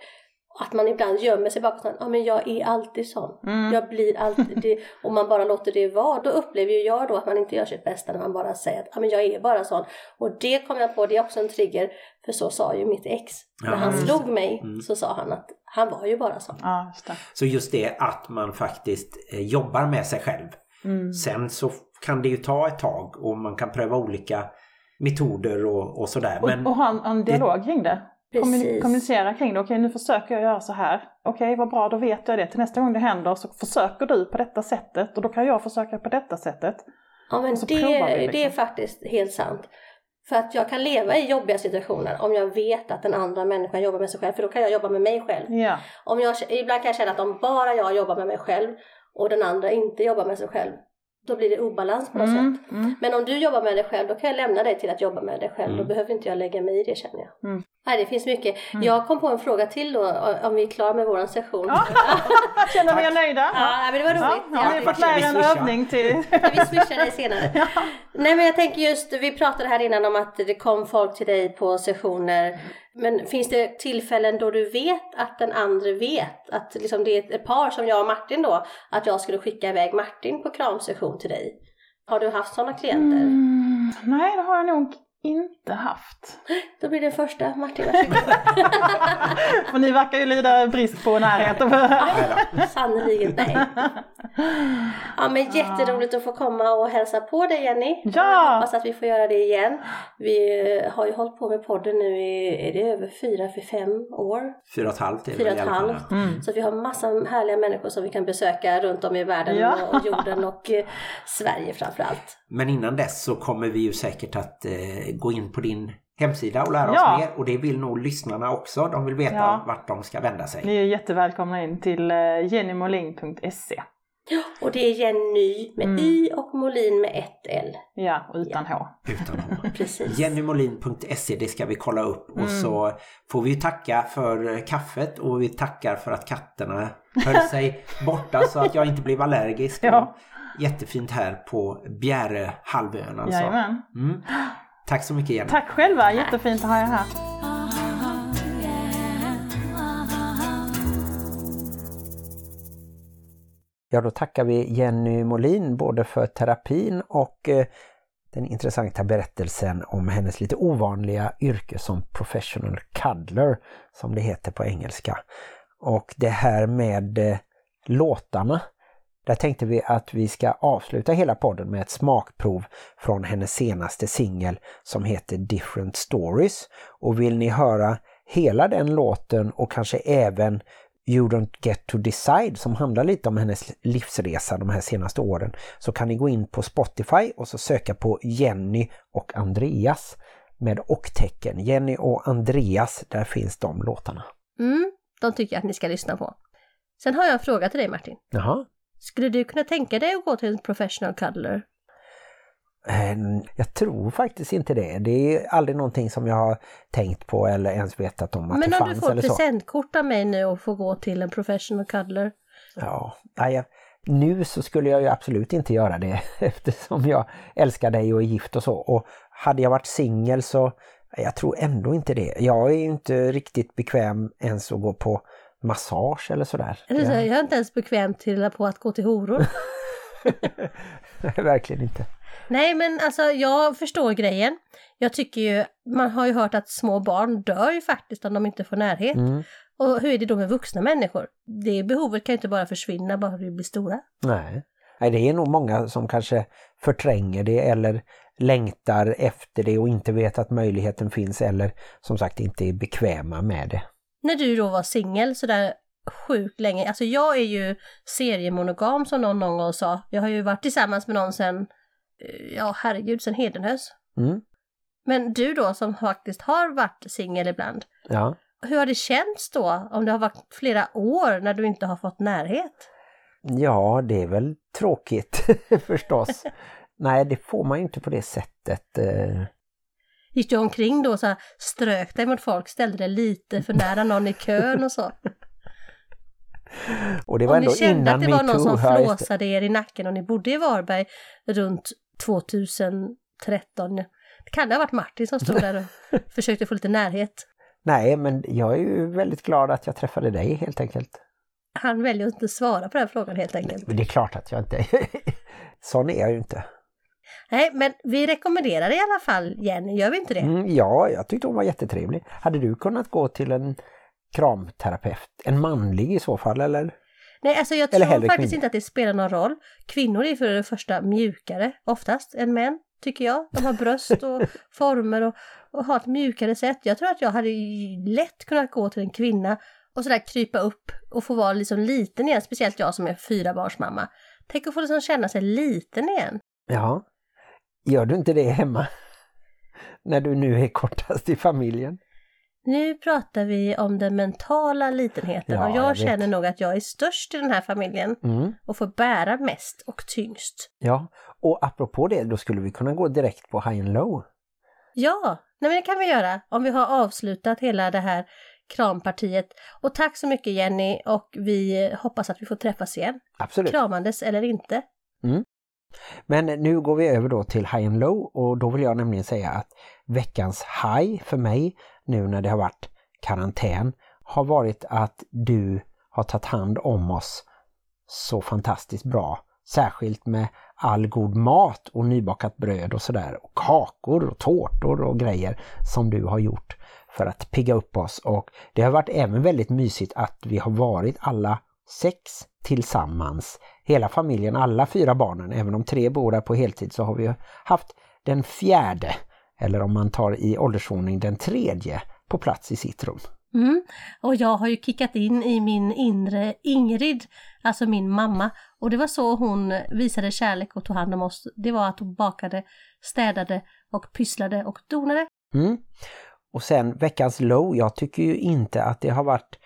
att man ibland gömmer sig bakom sån, ja men jag är alltid sån. Mm. Jag blir alltid det, och man bara låter det vara, då upplever ju jag då att man inte gör sitt bästa när man bara säger att ja men jag är bara sån. Och det kom jag på, det är också en trigger, för så sa ju mitt ex. Ja, när han slog det. mig mm. så sa han att han var ju bara sån. Ja, just det. Så just det att man faktiskt eh, jobbar med sig själv. Mm. Sen så kan det ju ta ett tag och man kan pröva olika metoder och, och sådär. Och, men och ha en, en dialog kring det. Kommun- kommunicera kring det. Okej, nu försöker jag göra så här. Okej, vad bra, då vet jag det. Till nästa gång det händer så försöker du på detta sättet och då kan jag försöka på detta sättet. Ja, men det, vi, liksom. det är faktiskt helt sant. För att jag kan leva i jobbiga situationer om jag vet att den andra människan jobbar med sig själv. För då kan jag jobba med mig själv. Ja. Om jag, ibland kan jag känna att om bara jag jobbar med mig själv och den andra inte jobbar med sig själv, då blir det obalans på något mm, sätt. Mm. Men om du jobbar med dig själv, då kan jag lämna dig till att jobba med dig själv. Mm. Då behöver inte jag lägga mig i det, känner jag. Mm. Nej, det finns mycket. Mm. Jag kom på en fråga till då, om vi är klara med vår session. Ja. Känner ni er nöjda? Ja, men det var roligt. Ja, ja, vi har fått lära en övning till. Vi swishar dig senare. Ja. Nej, men jag tänker just, vi pratade här innan om att det kom folk till dig på sessioner. Men finns det tillfällen då du vet att den andra vet att liksom det är ett par som jag och Martin då, att jag skulle skicka iväg Martin på kramsession till dig? Har du haft sådana klienter? Mm, nej, det har jag nog inte haft. Då blir det första. Martin, varsågod. För ni verkar ju lida brist på närhet. Sannolikt, nej. Ja, men jätteroligt att få komma och hälsa på dig, Jenny. Ja! Jag hoppas att vi får göra det igen. Vi har ju hållit på med podden nu i, är det över fyra, för fem år? Fyra och ett halvt. Fyra och ett halvt. Mm. Så vi har massa härliga människor som vi kan besöka runt om i världen, ja. och jorden och eh, Sverige framförallt. Men innan dess så kommer vi ju säkert att eh, gå in på din hemsida och lära ja. oss mer. Och det vill nog lyssnarna också. De vill veta ja. vart de ska vända sig. Ni är jättevälkomna in till jenny molin punkt se. Ja, och det är Jenny med mm. Y och Molin med ett L. Ja, och utan H. Utan H. Precis. jenny molin punkt se, det ska vi kolla upp. Mm. Och så får vi tacka för kaffet och vi tackar för att katterna höll sig borta så att jag inte blev allergisk. Ja. Jättefint här på Bjärehalvön alltså. Jajamän. Mm. Tack så mycket Jenny. Tack själva, jättefint att ha er här. Ja, då tackar vi Jenny Molin både för terapin och eh, den intressanta berättelsen om hennes lite ovanliga yrke som professional cuddler, som det heter på engelska. Och det här med eh, låtarna, där tänkte vi att vi ska avsluta hela podden med ett smakprov från hennes senaste singel som heter Different Stories. Och vill ni höra hela den låten och kanske även You Don't Get To Decide som handlar lite om hennes livsresa de här senaste åren, så kan ni gå in på Spotify och så söka på Jenny och Andreas med och-tecken. Jenny och Andreas, där finns de låtarna. Mm, de tycker jag att ni ska lyssna på. Sen har jag en fråga till dig Martin. Jaha. Skulle du kunna tänka dig att gå till en professional cuddler? Jag tror faktiskt inte det. Det är aldrig någonting som jag har tänkt på eller ens vetat om att Men det fanns. Men om du får ett presentkort av mig nu och får gå till en professional cuddler? Ja, jag, nu så skulle jag ju absolut inte göra det eftersom jag älskar dig och är gift och så. Och hade jag varit singel så jag tror ändå inte det. Jag är ju inte riktigt bekväm ens att gå på massage eller sådär. Jag är inte ens bekväm till på att gå till horor. Verkligen inte. Nej, men alltså jag förstår grejen. Jag tycker ju, man har ju hört att små barn dör ju faktiskt om de inte får närhet. Mm. Och hur är det då med vuxna människor? Det behovet kan ju inte bara försvinna bara för att det blir stora. Nej. Nej, det är nog många som kanske förtränger det eller längtar efter det och inte vet att möjligheten finns eller som sagt inte är bekväma med det. När du då var singel så där sjukt länge, alltså jag är ju seriemonogam som någon någon gång sa. Jag har ju varit tillsammans med någon sen, ja herregud, sen Hedenhös. Mm. Men du då som faktiskt har varit singel ibland. Ja. Hur har det känts då om det har varit flera år när du inte har fått närhet? Ja, det är väl tråkigt förstås. Nej, det får man ju inte på det sättet. Gick du omkring då så här, strök dig mot folk, ställde dig lite för nära någon i kön och så? Och det var om ändå ni kände innan att det var någon som här... flåsade er i nacken och ni bodde i Varberg runt tjugohundratretton. Det kan det ha varit Martin som stod där och försökte få lite närhet. Nej, men jag är ju väldigt glad att jag träffade dig helt enkelt. Han väljer att inte svara på den här frågan helt enkelt. Men det är klart att jag inte... Sån är jag ju inte. Nej, men vi rekommenderar i alla fall Jenny, gör vi inte det? Mm, ja, jag tyckte hon var jättetrevlig. Hade du kunnat gå till en kramterapeut? En manlig i så fall, eller? Nej, alltså jag tror faktiskt kvinnor. inte att det spelar någon roll. Kvinnor är för det första mjukare oftast än män, tycker jag. De har bröst och former och, och har ett mjukare sätt. Jag tror att jag hade lätt kunnat gå till en kvinna och sådär krypa upp och få vara liksom liten igen. Speciellt jag som är fyra barns mamma. Tänk att få liksom känna sig liten igen. Ja. Gör du inte det hemma? När du nu är kortast i familjen? Nu pratar vi om den mentala litenheten. Ja, och jag, jag känner nog att jag är störst i den här familjen. Mm. Och får bära mest och tyngst. Ja, och apropå det, då skulle vi kunna gå direkt på High and Low. Ja, nej men det kan vi göra. Om vi har avslutat hela det här krampartiet. Och tack så mycket Jenny, och vi hoppas att vi får träffas igen. Absolut. Kramandes eller inte. Mm. Men nu går vi över då till High and Low, och då vill jag nämligen säga att veckans high för mig nu när det har varit karantän har varit att du har tagit hand om oss så fantastiskt bra. Särskilt med all god mat och nybakat bröd och sådär, och kakor och tårtor och grejer som du har gjort för att pigga upp oss. Och det har varit även väldigt mysigt att vi har varit alla sex tillsammans. Hela familjen, alla fyra barnen, även om tre bor där på heltid, så har vi haft den fjärde, eller om man tar i åldersordning den tredje, på plats i sitt rum. Mm. Och jag har ju kickat in i min inre Ingrid, alltså min mamma. Och det var så hon visade kärlek och tog hand om oss. Det var att hon bakade, städade och pysslade och donade. Mm. Och sen veckans low, jag tycker ju inte att det har varit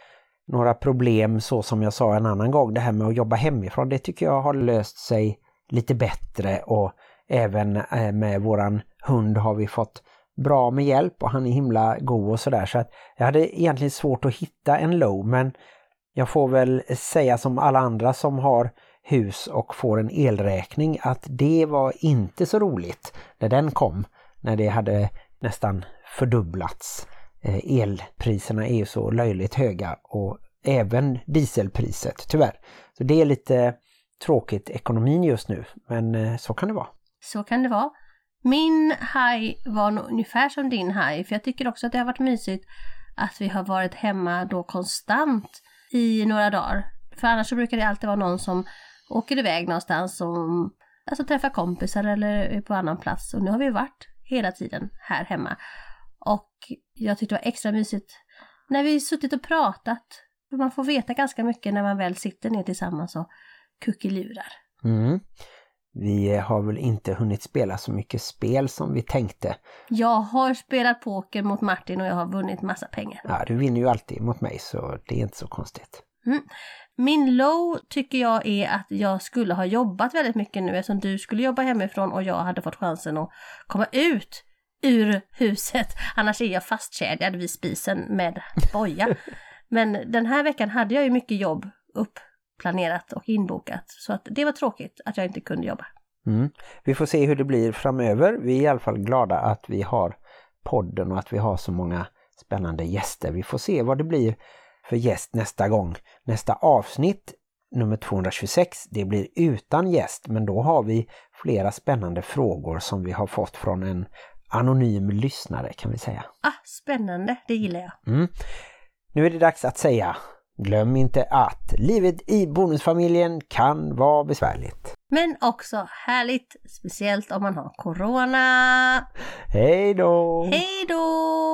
några problem så som jag sa en annan gång. Det här med att jobba hemifrån, det tycker jag har löst sig lite bättre, och även med våran hund har vi fått bra med hjälp och han är himla god och sådär. Så att jag hade egentligen svårt att hitta en low, men jag får väl säga som alla andra som har hus och får en elräkning att det var inte så roligt när den kom, när det hade nästan fördubblats. Elpriserna är ju så löjligt höga, och även dieselpriset tyvärr. Så det är lite tråkigt ekonomin just nu, men så kan det vara. Så kan det vara. Min haj var nog ungefär som din haj, för jag tycker också att det har varit mysigt att vi har varit hemma då konstant i några dagar. För annars så brukar det alltid vara någon som åker iväg någonstans, som alltså träffar kompisar eller är på annan plats. Och nu har vi varit hela tiden här hemma. Och jag tyckte det var extra mysigt när vi suttit och pratat. Man får veta ganska mycket när man väl sitter ner tillsammans och kuckelurar. Mm. Vi har väl inte hunnit spela så mycket spel som vi tänkte. Jag har spelat poker mot Martin och jag har vunnit massa pengar. Ja, du vinner ju alltid mot mig, så det är inte så konstigt. Mm. Min low tycker jag är att jag skulle ha jobbat väldigt mycket nu, eftersom du skulle jobba hemifrån och jag hade fått chansen att komma ut ur huset. Annars är jag fastkedjad vid spisen med boja. Men den här veckan hade jag ju mycket jobb uppplanerat och inbokat. Så att det var tråkigt att jag inte kunde jobba. Mm. Vi får se hur det blir framöver. Vi är i alla fall glada att vi har podden och att vi har så många spännande gäster. Vi får se vad det blir för gäst nästa gång. Nästa avsnitt, nummer tvåhundratjugosex, det blir utan gäst. Men då har vi flera spännande frågor som vi har fått från en anonym lyssnare, kan vi säga. Ah, spännande, det gillar jag. Mm. Nu är det dags att säga, glöm inte att livet i bonusfamiljen kan vara besvärligt. Men också härligt, speciellt om man har corona. Hej då! Hej då!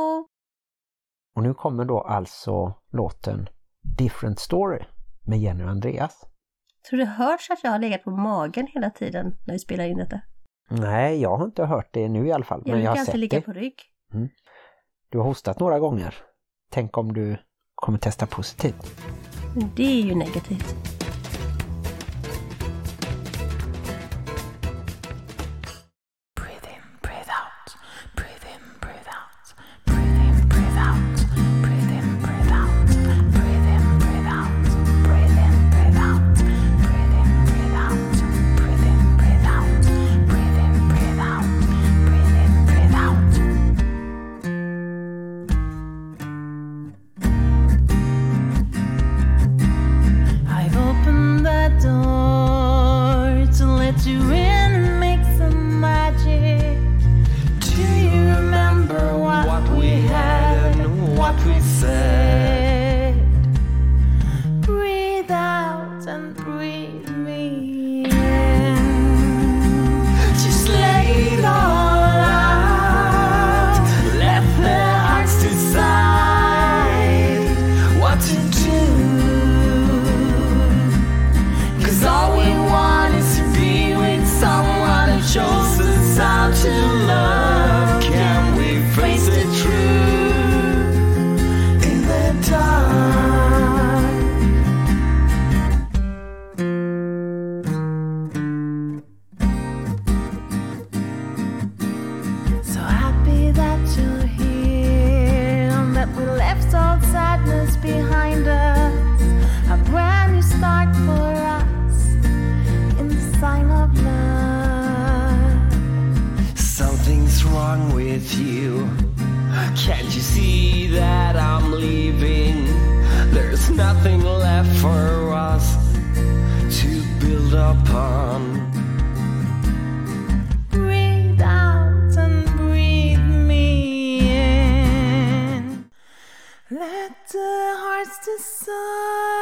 Och nu kommer då alltså låten Different Story med Jenny och Andreas. Tror du hörts att jag har legat på magen hela tiden när vi spelar in detta? Nej, jag har inte hört det nu i alla fall. Jag men jag har kan sett inte ligga det. på rygg. Mm. Du har hostat några gånger. Tänk om du kommer testa positivt. Det är ju negativt.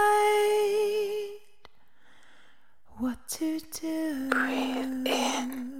What to do. Breathe in.